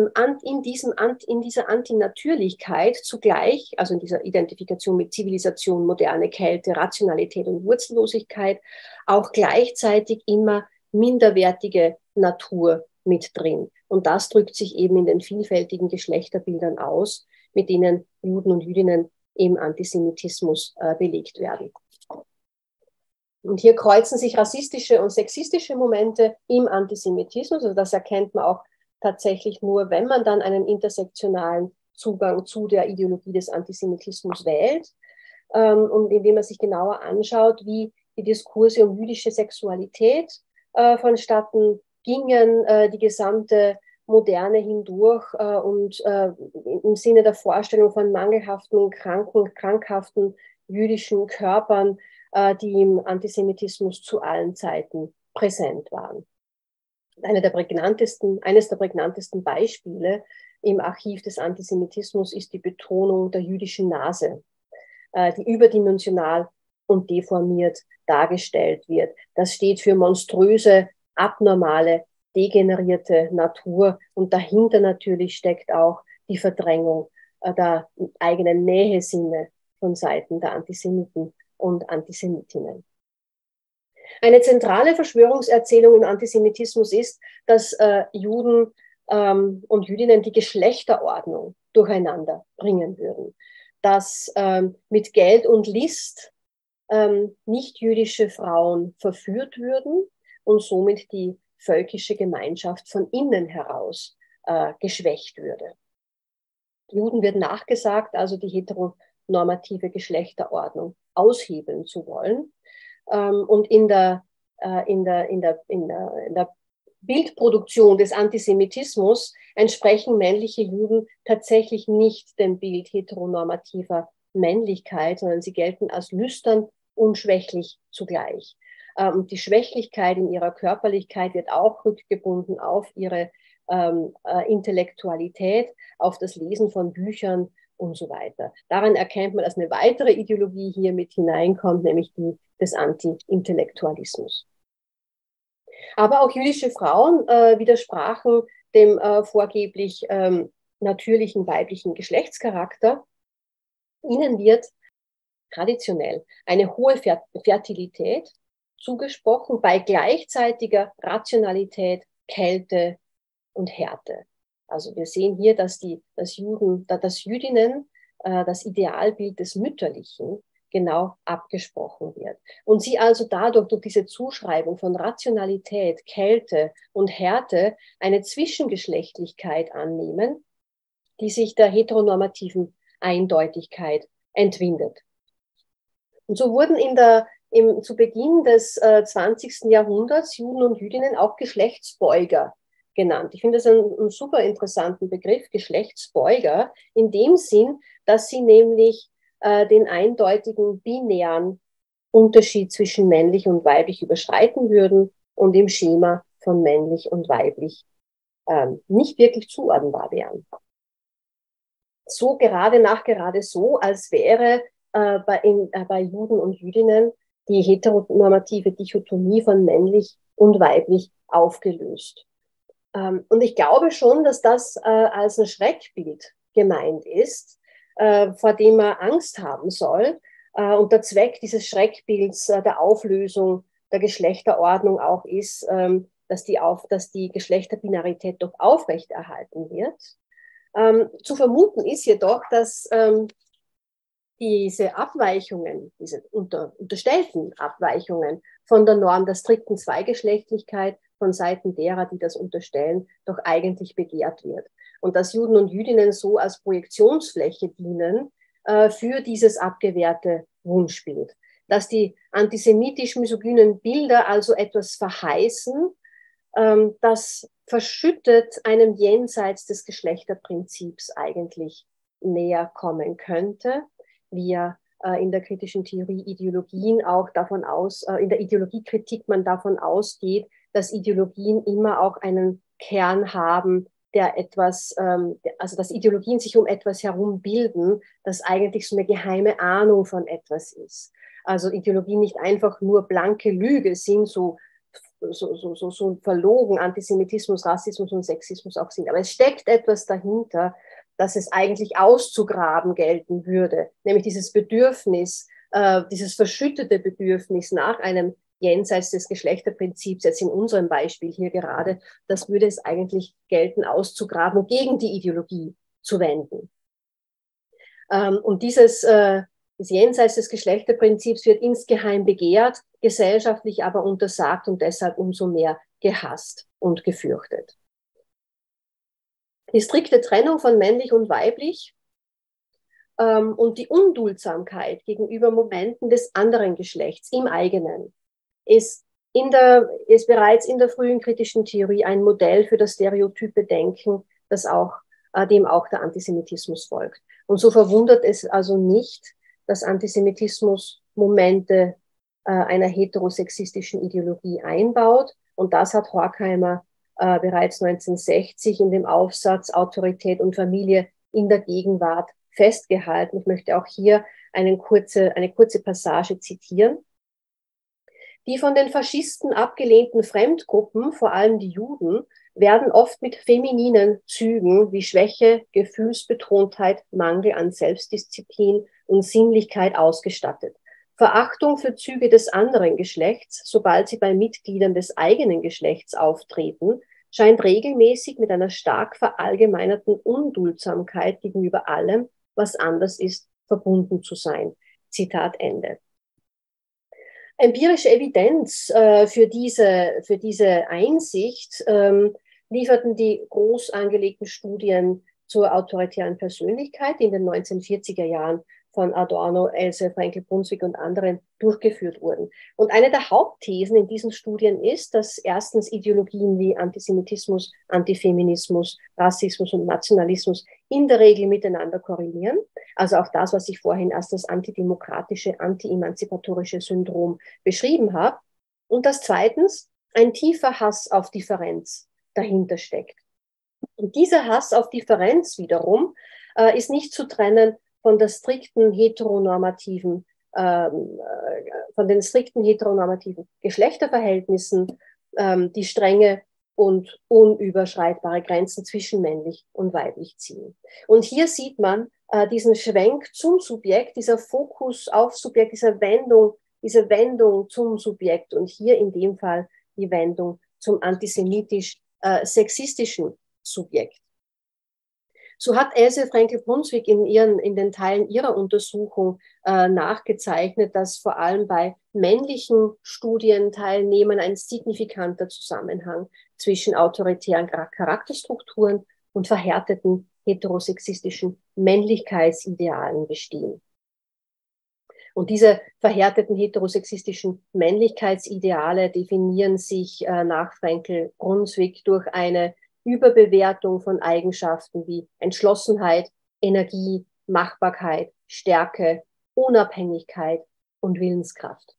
[SPEAKER 5] dieser Antinatürlichkeit zugleich, also in dieser Identifikation mit Zivilisation, moderne Kälte, Rationalität und Wurzellosigkeit, auch gleichzeitig immer minderwertige Natur mit drin. Und das drückt sich eben in den vielfältigen Geschlechterbildern aus, mit denen Juden und Jüdinnen im Antisemitismus belegt werden. Und hier kreuzen sich rassistische und sexistische Momente im Antisemitismus. Also das erkennt man auch tatsächlich nur, wenn man dann einen intersektionalen Zugang zu der Ideologie des Antisemitismus wählt. Und indem man sich genauer anschaut, wie die Diskurse um jüdische Sexualität vonstatten gingen, die gesamte Moderne hindurch und im Sinne der Vorstellung von mangelhaften, krankhaften jüdischen Körpern, die im Antisemitismus zu allen Zeiten präsent waren. Eines der prägnantesten Beispiele im Archiv des Antisemitismus ist die Betonung der jüdischen Nase, die überdimensional und deformiert dargestellt wird. Das steht für monströse, abnormale, degenerierte Natur und dahinter natürlich steckt auch die Verdrängung der eigenen Nähesinne von Seiten der Antisemiten und Antisemitinnen. Eine zentrale Verschwörungserzählung im Antisemitismus ist, dass Juden und Jüdinnen die Geschlechterordnung durcheinander bringen würden, dass mit Geld und List nicht-jüdische Frauen verführt würden und somit die völkische Gemeinschaft von innen heraus geschwächt würde. Juden wird nachgesagt, also die heteronormative Geschlechterordnung aushebeln zu wollen. Und in der Bildproduktion des Antisemitismus entsprechen männliche Juden tatsächlich nicht dem Bild heteronormativer Männlichkeit, sondern sie gelten als lüstern und schwächlich zugleich. Und die Schwächlichkeit in ihrer Körperlichkeit wird auch rückgebunden auf ihre Intellektualität, auf das Lesen von Büchern und so weiter. Daran erkennt man, dass eine weitere Ideologie hier mit hineinkommt, nämlich die des Anti-Intellektualismus. Aber auch jüdische Frauen widersprachen dem vorgeblich natürlichen weiblichen Geschlechtscharakter. Ihnen wird traditionell eine hohe Fertilität zugesprochen bei gleichzeitiger Rationalität, Kälte und Härte. Also wir sehen hier, dass Jüdinnen das Idealbild des Mütterlichen genau abgesprochen wird. Und sie also dadurch, durch diese Zuschreibung von Rationalität, Kälte und Härte, eine Zwischengeschlechtlichkeit annehmen, die sich der heteronormativen Eindeutigkeit entwindet. Und so wurden zu Beginn des 20. Jahrhunderts Juden und Jüdinnen auch Geschlechtsbeuger genannt. Ich finde das einen super interessanten Begriff, Geschlechtsbeuger, in dem Sinn, dass sie nämlich den eindeutigen binären Unterschied zwischen männlich und weiblich überschreiten würden und im Schema von männlich und weiblich nicht wirklich zuordnenbar wären. So gerade so, als wäre bei Juden und Jüdinnen die heteronormative Dichotomie von männlich und weiblich aufgelöst. Und ich glaube schon, dass das als ein Schreckbild gemeint ist, vor dem man Angst haben soll. Und der Zweck dieses Schreckbilds der Auflösung der Geschlechterordnung auch ist, dass die Geschlechterbinarität doch aufrechterhalten wird. Zu vermuten ist jedoch, dass diese Abweichungen, diese unterstellten Abweichungen von der Norm der strikten Zweigeschlechtlichkeit von Seiten derer, die das unterstellen, doch eigentlich begehrt wird. Und dass Juden und Jüdinnen so als Projektionsfläche dienen für dieses abgewehrte Wunschbild. dass die antisemitisch-misogynen Bilder also etwas verheißen, das verschüttet einem jenseits des Geschlechterprinzips eigentlich näher kommen könnte, wie ja in der kritischen Theorie Ideologien auch davon in der Ideologiekritik man davon ausgeht, dass Ideologien immer auch einen Kern haben, der etwas, also dass Ideologien sich um etwas herum bilden, das eigentlich so eine geheime Ahnung von etwas ist. Also Ideologien nicht einfach nur blanke Lüge sind, so verlogen Antisemitismus, Rassismus und Sexismus auch sind. Aber es steckt etwas dahinter, dass es eigentlich auszugraben gelten würde, nämlich dieses Bedürfnis, dieses verschüttete Bedürfnis nach einem jenseits des Geschlechterprinzips, jetzt in unserem Beispiel hier gerade, das würde es eigentlich gelten, auszugraben und gegen die Ideologie zu wenden. Und dieses Jenseits des Geschlechterprinzips wird insgeheim begehrt, gesellschaftlich aber untersagt und deshalb umso mehr gehasst und gefürchtet. Die strikte Trennung von männlich und weiblich und die Unduldsamkeit gegenüber Momenten des anderen Geschlechts im eigenen ist bereits in der frühen kritischen Theorie ein Modell für das stereotype Denken, dem auch der Antisemitismus folgt. Und so verwundert es also nicht, dass Antisemitismus Momente einer heterosexistischen Ideologie einbaut. Und das hat Horkheimer bereits 1960 in dem Aufsatz Autorität und Familie in der Gegenwart festgehalten. Ich möchte auch hier eine kurze Passage zitieren. Die von den Faschisten abgelehnten Fremdgruppen, vor allem die Juden, werden oft mit femininen Zügen wie Schwäche, Gefühlsbetontheit, Mangel an Selbstdisziplin und Sinnlichkeit ausgestattet. Verachtung für Züge des anderen Geschlechts, sobald sie bei Mitgliedern des eigenen Geschlechts auftreten, scheint regelmäßig mit einer stark verallgemeinerten Unduldsamkeit gegenüber allem, was anders ist, verbunden zu sein. Zitat Ende. Empirische Evidenz für diese Einsicht lieferten die groß angelegten Studien zur autoritären Persönlichkeit, die in den 1940er Jahren von Adorno, Else, Frenkel-Brunswick und anderen durchgeführt wurden. Und eine der Hauptthesen in diesen Studien ist, dass erstens Ideologien wie Antisemitismus, Antifeminismus, Rassismus und Nationalismus in der Regel miteinander korrelieren. Also auch das, was ich vorhin als das antidemokratische, anti-emanzipatorische Syndrom beschrieben habe. Und dass zweitens ein tiefer Hass auf Differenz dahinter steckt. Und dieser Hass auf Differenz wiederum ist nicht zu trennen von den strikten heteronormativen Geschlechterverhältnissen, die strenge und unüberschreitbare Grenzen zwischen männlich und weiblich ziehen. Und hier sieht man diesen Schwenk zum Subjekt, dieser Fokus auf Subjekt, diese Wendung zum Subjekt und hier in dem Fall die Wendung zum antisemitisch-sexistischen Subjekt. So hat Else Frenkel-Brunswick in den Teilen ihrer Untersuchung nachgezeichnet, dass vor allem bei männlichen Studienteilnehmern ein signifikanter Zusammenhang zwischen autoritären Charakterstrukturen und verhärteten heterosexistischen Männlichkeitsidealen bestehen. Und diese verhärteten heterosexistischen Männlichkeitsideale definieren sich nach Frenkel-Brunswick durch eine Überbewertung von Eigenschaften wie Entschlossenheit, Energie, Machbarkeit, Stärke, Unabhängigkeit und Willenskraft.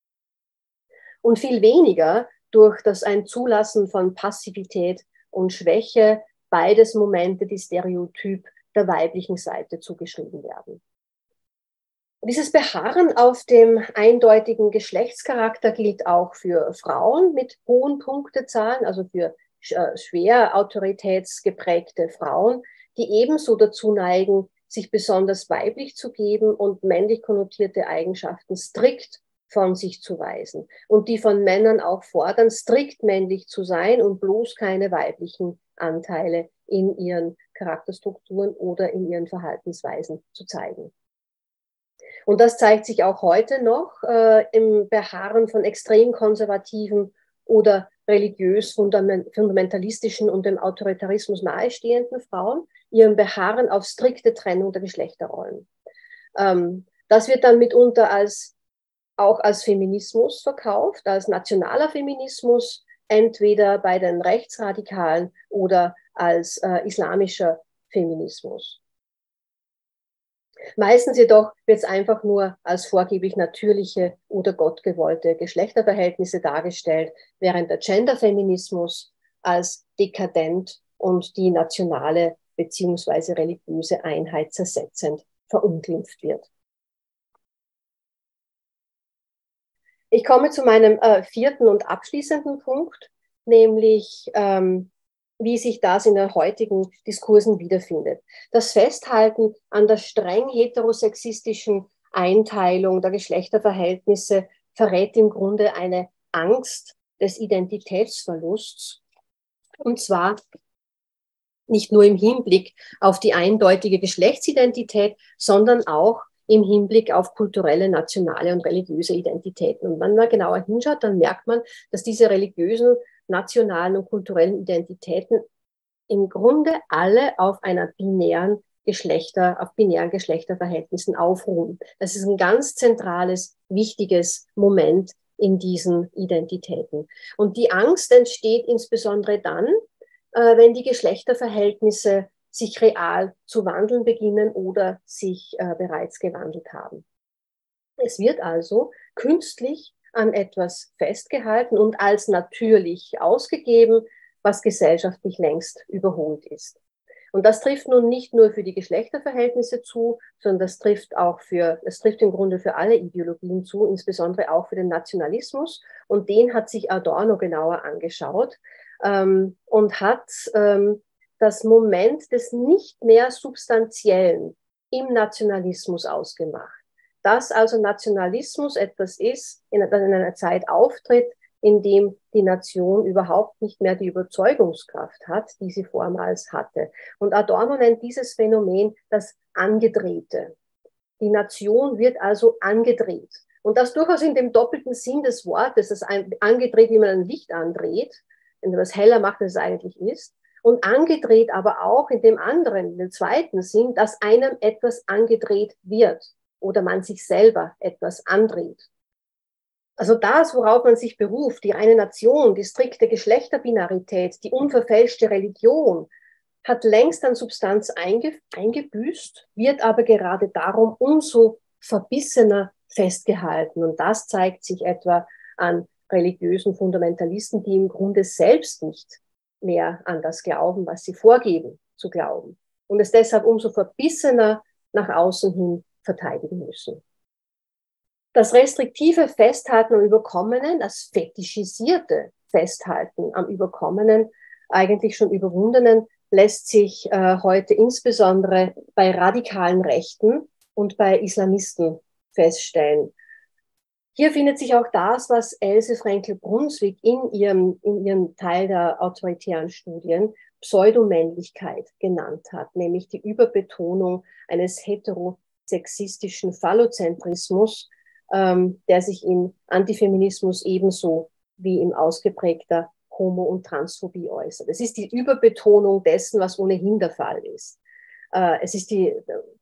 [SPEAKER 5] Und viel weniger durch das ein Zulassen von Passivität und Schwäche, beides Momente, die stereotyp der weiblichen Seite zugeschrieben werden. Dieses Beharren auf dem eindeutigen Geschlechtscharakter gilt auch für Frauen mit hohen Punktezahlen, also für schwer autoritätsgeprägte Frauen, die ebenso dazu neigen, sich besonders weiblich zu geben und männlich konnotierte Eigenschaften strikt von sich zu weisen und die von Männern auch fordern, strikt männlich zu sein und bloß keine weiblichen Anteile in ihren Charakterstrukturen oder in ihren Verhaltensweisen zu zeigen. Und das zeigt sich auch heute noch im Beharren von extrem konservativen oder religiös fundamentalistischen und dem Autoritarismus nahestehenden Frauen, ihrem Beharren auf strikte Trennung der Geschlechterrollen. Das wird dann mitunter als auch als Feminismus verkauft, als nationaler Feminismus, entweder bei den Rechtsradikalen oder als islamischer Feminismus. Meistens jedoch wird es einfach nur als vorgeblich natürliche oder gottgewollte Geschlechterverhältnisse dargestellt, während der Genderfeminismus als dekadent und die nationale bzw. religiöse Einheit zersetzend verunglimpft wird. Ich komme zu meinem vierten und abschließenden Punkt, nämlich wie sich das in den heutigen Diskursen wiederfindet. Das Festhalten an der streng heterosexistischen Einteilung der Geschlechterverhältnisse verrät im Grunde eine Angst des Identitätsverlusts, und zwar nicht nur im Hinblick auf die eindeutige Geschlechtsidentität, sondern auch im Hinblick auf kulturelle, nationale und religiöse Identitäten. Und wenn man genauer hinschaut, dann merkt man, dass diese religiösen, nationalen und kulturellen Identitäten im Grunde alle auf binären Geschlechterverhältnissen aufruhen. Das ist ein ganz zentrales, wichtiges Moment in diesen Identitäten. Und die Angst entsteht insbesondere dann, wenn die Geschlechterverhältnisse sich real zu wandeln beginnen oder sich bereits gewandelt haben. Es wird also künstlich an etwas festgehalten und als natürlich ausgegeben, was gesellschaftlich längst überholt ist. Und das trifft nun nicht nur für die Geschlechterverhältnisse zu, sondern das trifft im Grunde für alle Ideologien zu, insbesondere auch für den Nationalismus. Und den hat sich Adorno genauer angeschaut und hat das Moment des nicht mehr Substanziellen im Nationalismus ausgemacht. Dass also Nationalismus etwas ist, in einer Zeit auftritt, in dem die Nation überhaupt nicht mehr die Überzeugungskraft hat, die sie vormals hatte. Und Adorno nennt dieses Phänomen das Angedrehte. Die Nation wird also angedreht. Und das durchaus in dem doppelten Sinn des Wortes, das angedreht, wie man ein Licht andreht, wenn man es heller macht, als es eigentlich ist. Und angedreht aber auch in dem anderen, in dem zweiten Sinn, dass einem etwas angedreht wird oder man sich selber etwas andreht. Also das, worauf man sich beruft, die reine Nation, die strikte Geschlechterbinarität, die unverfälschte Religion, hat längst an Substanz eingebüßt, wird aber gerade darum umso verbissener festgehalten. Und das zeigt sich etwa an religiösen Fundamentalisten, die im Grunde selbst nicht mehr an das glauben, was sie vorgeben zu glauben. Und es deshalb umso verbissener nach außen hin verteidigen müssen. Das restriktive Festhalten am Überkommenen, das fetischisierte Festhalten am Überkommenen, eigentlich schon Überwundenen, lässt sich heute insbesondere bei radikalen Rechten und bei Islamisten feststellen. Hier findet sich auch das, was Else Frenkel-Brunswick in ihrem Teil der autoritären Studien Pseudomännlichkeit genannt hat, nämlich die Überbetonung eines heterosexistischen Phallozentrismus, der sich im Antifeminismus ebenso wie im ausgeprägter Homo- und Transphobie äußert. Es ist die Überbetonung dessen, was ohnehin der Fall ist. Es ist die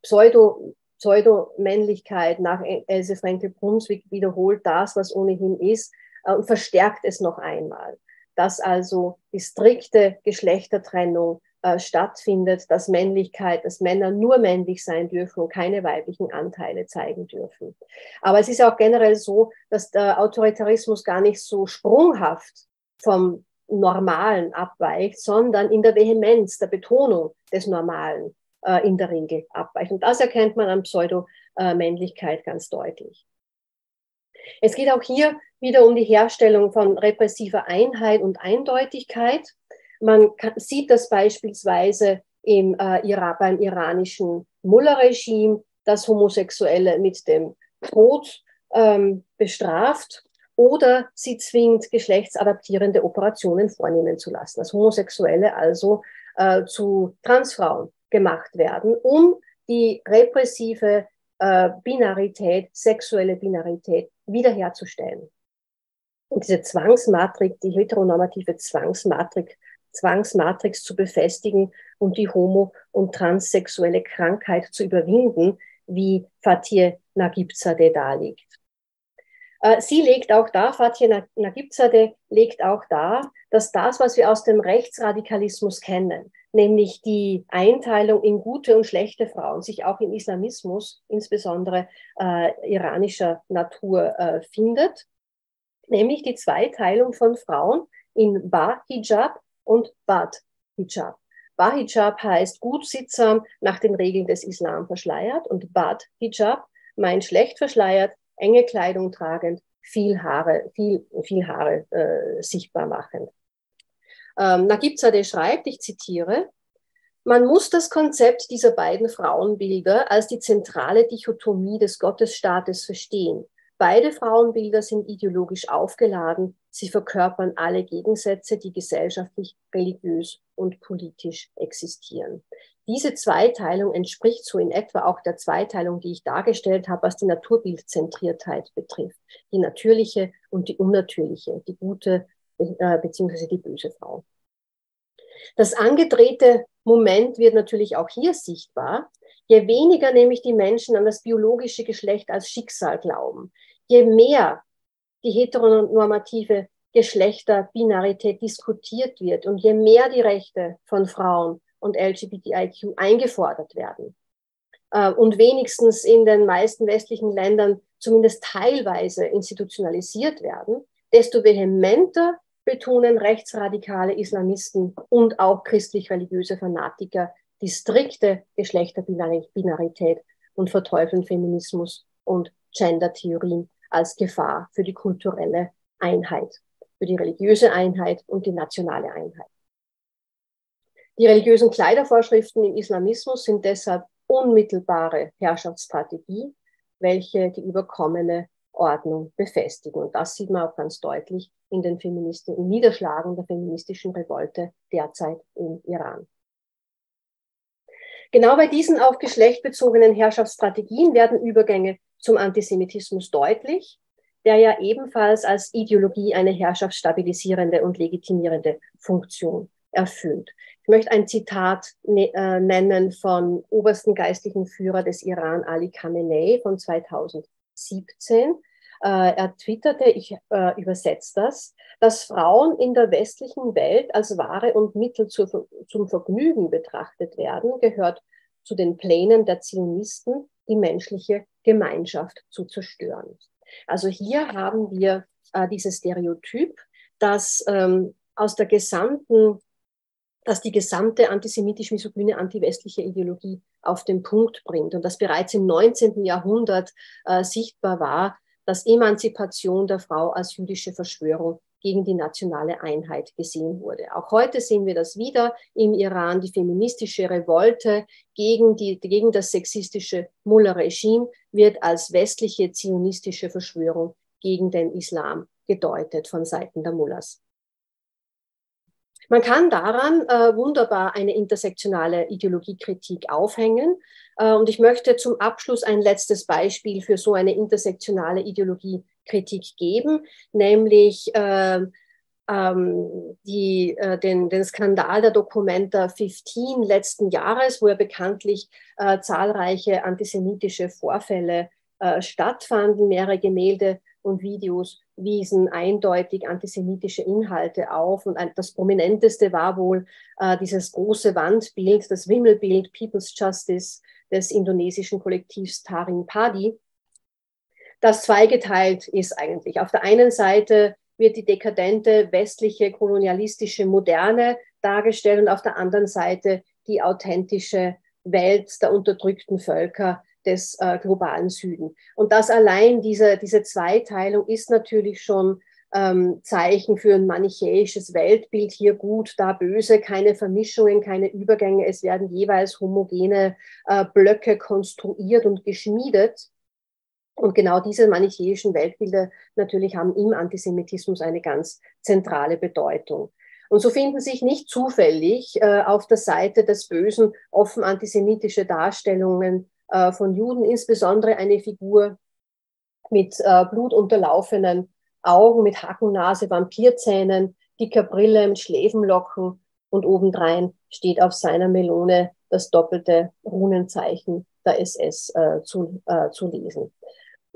[SPEAKER 5] Pseudomännlichkeit nach Else Frenkel-Brunswick wiederholt das, was ohnehin ist, und verstärkt es noch einmal. Dass also die strikte Geschlechtertrennung stattfindet, dass Männer nur männlich sein dürfen und keine weiblichen Anteile zeigen dürfen. Aber es ist auch generell so, dass der Autoritarismus gar nicht so sprunghaft vom Normalen abweicht, sondern in der Vehemenz, der Betonung des Normalen in der Regel abweicht. Und das erkennt man an Pseudomännlichkeit ganz deutlich. Es geht auch hier wieder um die Herstellung von repressiver Einheit und Eindeutigkeit. Man sieht das beispielsweise beim iranischen Mullah-Regime, das Homosexuelle mit dem Tod bestraft oder sie zwingt, geschlechtsadaptierende Operationen vornehmen zu lassen, dass Homosexuelle also zu Transfrauen gemacht werden, um die repressive Binarität, sexuelle Binarität wiederherzustellen. Und diese Zwangsmatrix, die heteronormative Zwangsmatrix zu befestigen und die homo- und transsexuelle Krankheit zu überwinden, wie Fathie Nagibzadeh darlegt. Sie legt auch dar, Fathia Nagibzadeh legt auch dar, dass das, was wir aus dem Rechtsradikalismus kennen, nämlich die Einteilung in gute und schlechte Frauen, sich auch im Islamismus, insbesondere iranischer Natur, findet, nämlich die Zweiteilung von Frauen in Ba-Hijab und Bad-Hijab. Ba-Hijab heißt gut sittsam, nach den Regeln des Islam verschleiert, und Bad-Hijab meint schlecht verschleiert, enge Kleidung tragend, viel Haare sichtbar machend. Nagibzadeh schreibt, ich zitiere: Man muss das Konzept dieser beiden Frauenbilder als die zentrale Dichotomie des Gottesstaates verstehen. Beide Frauenbilder sind ideologisch aufgeladen. Sie verkörpern alle Gegensätze, die gesellschaftlich, religiös und politisch existieren. Diese Zweiteilung entspricht so in etwa auch der Zweiteilung, die ich dargestellt habe, was die Naturbildzentriertheit betrifft. Die natürliche und die unnatürliche, die gute bzw. die böse Frau. Das angedrehte Moment wird natürlich auch hier sichtbar. Je weniger nämlich die Menschen an das biologische Geschlecht als Schicksal glauben, je mehr die heteronormative Geschlechterbinarität diskutiert wird und je mehr die Rechte von Frauen und LGBTIQ eingefordert werden und wenigstens in den meisten westlichen Ländern zumindest teilweise institutionalisiert werden, desto vehementer betonen rechtsradikale Islamisten und auch christlich-religiöse Fanatiker die strikte Geschlechterbinarität und verteufeln Feminismus und Gender-Theorien als Gefahr für die kulturelle Einheit, für die religiöse Einheit und die nationale Einheit. Die religiösen Kleidervorschriften im Islamismus sind deshalb unmittelbare Herrschaftsstrategie, welche die überkommene Ordnung befestigen. Und das sieht man auch ganz deutlich im Niederschlagen der feministischen Revolte derzeit im Iran. Genau bei diesen auf Geschlecht bezogenen Herrschaftsstrategien werden Übergänge zum Antisemitismus deutlich, der ja ebenfalls als Ideologie eine herrschaftsstabilisierende und legitimierende Funktion erfüllt. Ich möchte ein Zitat nennen von obersten geistlichen Führer des Iran, Ali Khamenei, von 2017. Er twitterte, ich übersetze das, dass Frauen in der westlichen Welt als Ware und Mittel zum Vergnügen betrachtet werden, gehört zu den Plänen der Zionisten, die menschliche Gemeinschaft zu zerstören. Also hier haben wir dieses Stereotyp, dass die gesamte antisemitisch-misogyne, antiwestliche Ideologie auf den Punkt bringt und das bereits im 19. Jahrhundert sichtbar war, dass Emanzipation der Frau als jüdische Verschwörung gegen die nationale Einheit gesehen wurde. Auch heute sehen wir das wieder im Iran, die feministische Revolte gegen das sexistische Mullah-Regime wird als westliche zionistische Verschwörung gegen den Islam gedeutet von Seiten der Mullahs. Man kann daran wunderbar eine intersektionale Ideologiekritik aufhängen. Und ich möchte zum Abschluss ein letztes Beispiel für so eine intersektionale Ideologiekritik geben, nämlich den Skandal der Documenta 15 letzten Jahres, wo ja bekanntlich zahlreiche antisemitische Vorfälle stattfanden. Mehrere Gemälde und Videos wiesen eindeutig antisemitische Inhalte auf. Und das prominenteste war wohl dieses große Wandbild, das Wimmelbild People's Justice des indonesischen Kollektivs Taring Padi, das zweigeteilt ist eigentlich. Auf der einen Seite wird die dekadente westliche kolonialistische Moderne dargestellt und auf der anderen Seite die authentische Welt der unterdrückten Völker des globalen Süden. Und das allein, diese Zweiteilung ist natürlich schon Zeichen für ein manichäisches Weltbild, hier gut, da böse, keine Vermischungen, keine Übergänge, es werden jeweils homogene Blöcke konstruiert und geschmiedet. Und genau diese manichäischen Weltbilder natürlich haben im Antisemitismus eine ganz zentrale Bedeutung. Und so finden sich nicht zufällig auf der Seite des Bösen offen antisemitische Darstellungen von Juden, insbesondere eine Figur mit blutunterlaufenen Augen, mit Hackennase, Vampirzähnen, dicker Brille, mit Schläfenlocken und obendrein steht auf seiner Melone das doppelte Runenzeichen der SS zu lesen.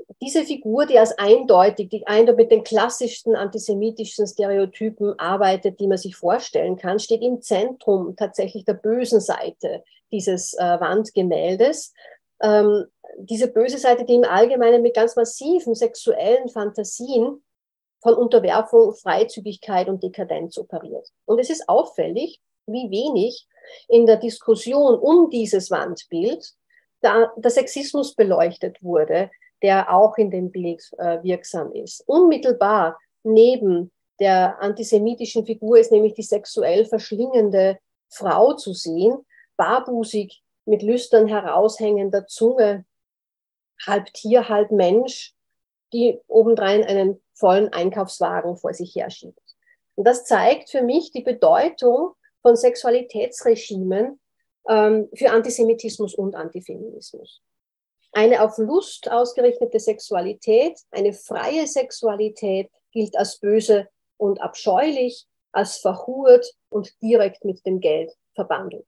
[SPEAKER 5] diese Figur, die eindeutig mit den klassischsten antisemitischen Stereotypen arbeitet, die man sich vorstellen kann, steht im Zentrum tatsächlich der bösen Seite dieses Wandgemäldes. Diese böse Seite, die im Allgemeinen mit ganz massiven sexuellen Fantasien von Unterwerfung, Freizügigkeit und Dekadenz operiert. Und es ist auffällig, wie wenig in der Diskussion um dieses Wandbild der Sexismus beleuchtet wurde, der auch in dem Bild wirksam ist. Unmittelbar neben der antisemitischen Figur ist nämlich die sexuell verschlingende Frau zu sehen, barbusig, mit lüstern heraushängender Zunge, halb Tier, halb Mensch, die obendrein einen vollen Einkaufswagen vor sich herschiebt. Und das zeigt für mich die Bedeutung von Sexualitätsregimen für Antisemitismus und Antifeminismus. Eine auf Lust ausgerichtete Sexualität, eine freie Sexualität gilt als böse und abscheulich, als verhurt und direkt mit dem Geld verbandelt.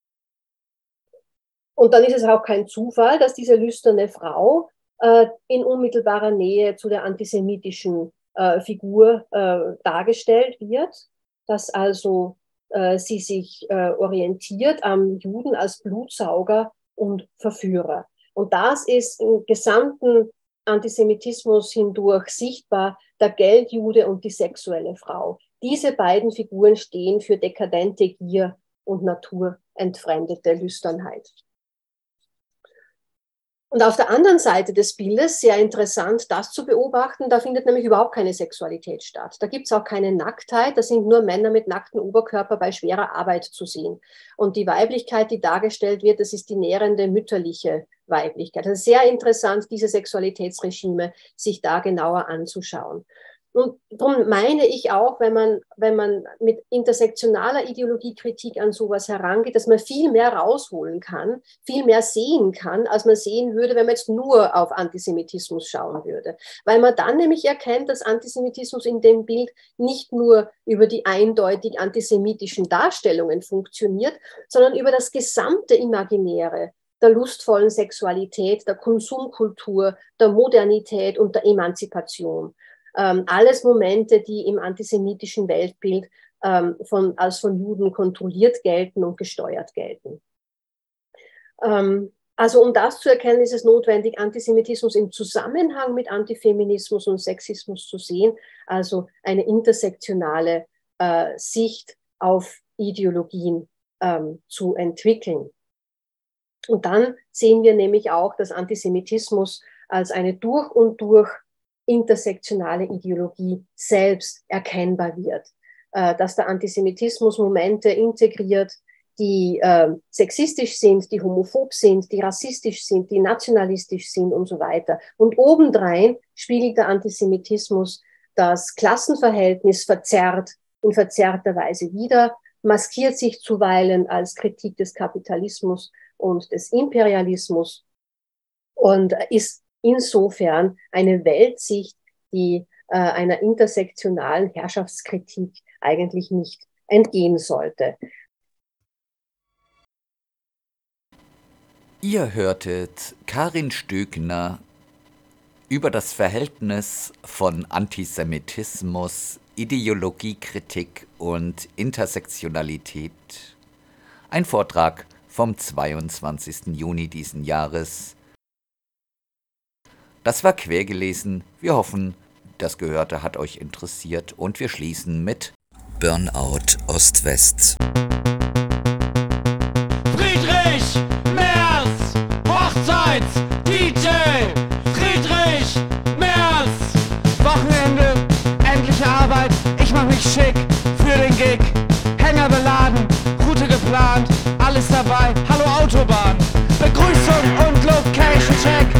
[SPEAKER 5] Und dann ist es auch kein Zufall, dass diese lüsterne Frau in unmittelbarer Nähe zu der antisemitischen Figur dargestellt wird, dass also sie sich orientiert am Juden als Blutsauger und Verführer. Und das ist im gesamten Antisemitismus hindurch sichtbar, der Geldjude und die sexuelle Frau. Diese beiden Figuren stehen für dekadente Gier und naturentfremdete Lüsternheit. Und auf der anderen Seite des Bildes, sehr interessant, das zu beobachten, da findet nämlich überhaupt keine Sexualität statt. Da gibt es auch keine Nacktheit, da sind nur Männer mit nacktem Oberkörper bei schwerer Arbeit zu sehen. Und die Weiblichkeit, die dargestellt wird, das ist die nährende mütterliche Weiblichkeit. Also sehr interessant, diese Sexualitätsregime sich da genauer anzuschauen. Und darum meine ich auch, wenn man mit intersektionaler Ideologiekritik an sowas herangeht, dass man viel mehr rausholen kann, viel mehr sehen kann, als man sehen würde, wenn man jetzt nur auf Antisemitismus schauen würde. Weil man dann nämlich erkennt, dass Antisemitismus in dem Bild nicht nur über die eindeutig antisemitischen Darstellungen funktioniert, sondern über das gesamte Imaginäre der lustvollen Sexualität, der Konsumkultur, der Modernität und der Emanzipation. Alles Momente, die im antisemitischen Weltbild als von Juden kontrolliert gelten und gesteuert gelten. Also um das zu erkennen, ist es notwendig, Antisemitismus im Zusammenhang mit Antifeminismus und Sexismus zu sehen, also eine intersektionale Sicht auf Ideologien zu entwickeln. Und dann sehen wir nämlich auch, dass Antisemitismus als eine durch und durch intersektionale Ideologie selbst erkennbar wird. Dass der Antisemitismus Momente integriert, die sexistisch sind, die homophob sind, die rassistisch sind, die nationalistisch sind und so weiter. Und obendrein spiegelt der Antisemitismus das Klassenverhältnis in verzerrter Weise wider, maskiert sich zuweilen als Kritik des Kapitalismus und des Imperialismus und ist insofern eine Weltsicht, die einer intersektionalen Herrschaftskritik eigentlich nicht entgehen sollte.
[SPEAKER 3] Ihr hörtet Karin Stöckner über das Verhältnis von Antisemitismus, Ideologiekritik und Intersektionalität. Ein Vortrag vom 22. Juni diesen Jahres. Das war quergelesen. Wir hoffen, das Gehörte hat euch interessiert und wir schließen mit Burnout Ost-West.
[SPEAKER 4] Friedrich Merz, Hochzeits-DJ. Friedrich Merz.
[SPEAKER 6] Wochenende, endliche Arbeit, ich mach mich schick für den Gig. Hänger beladen, Route geplant, alles dabei, hallo Autobahn. Begrüßung und Location Check.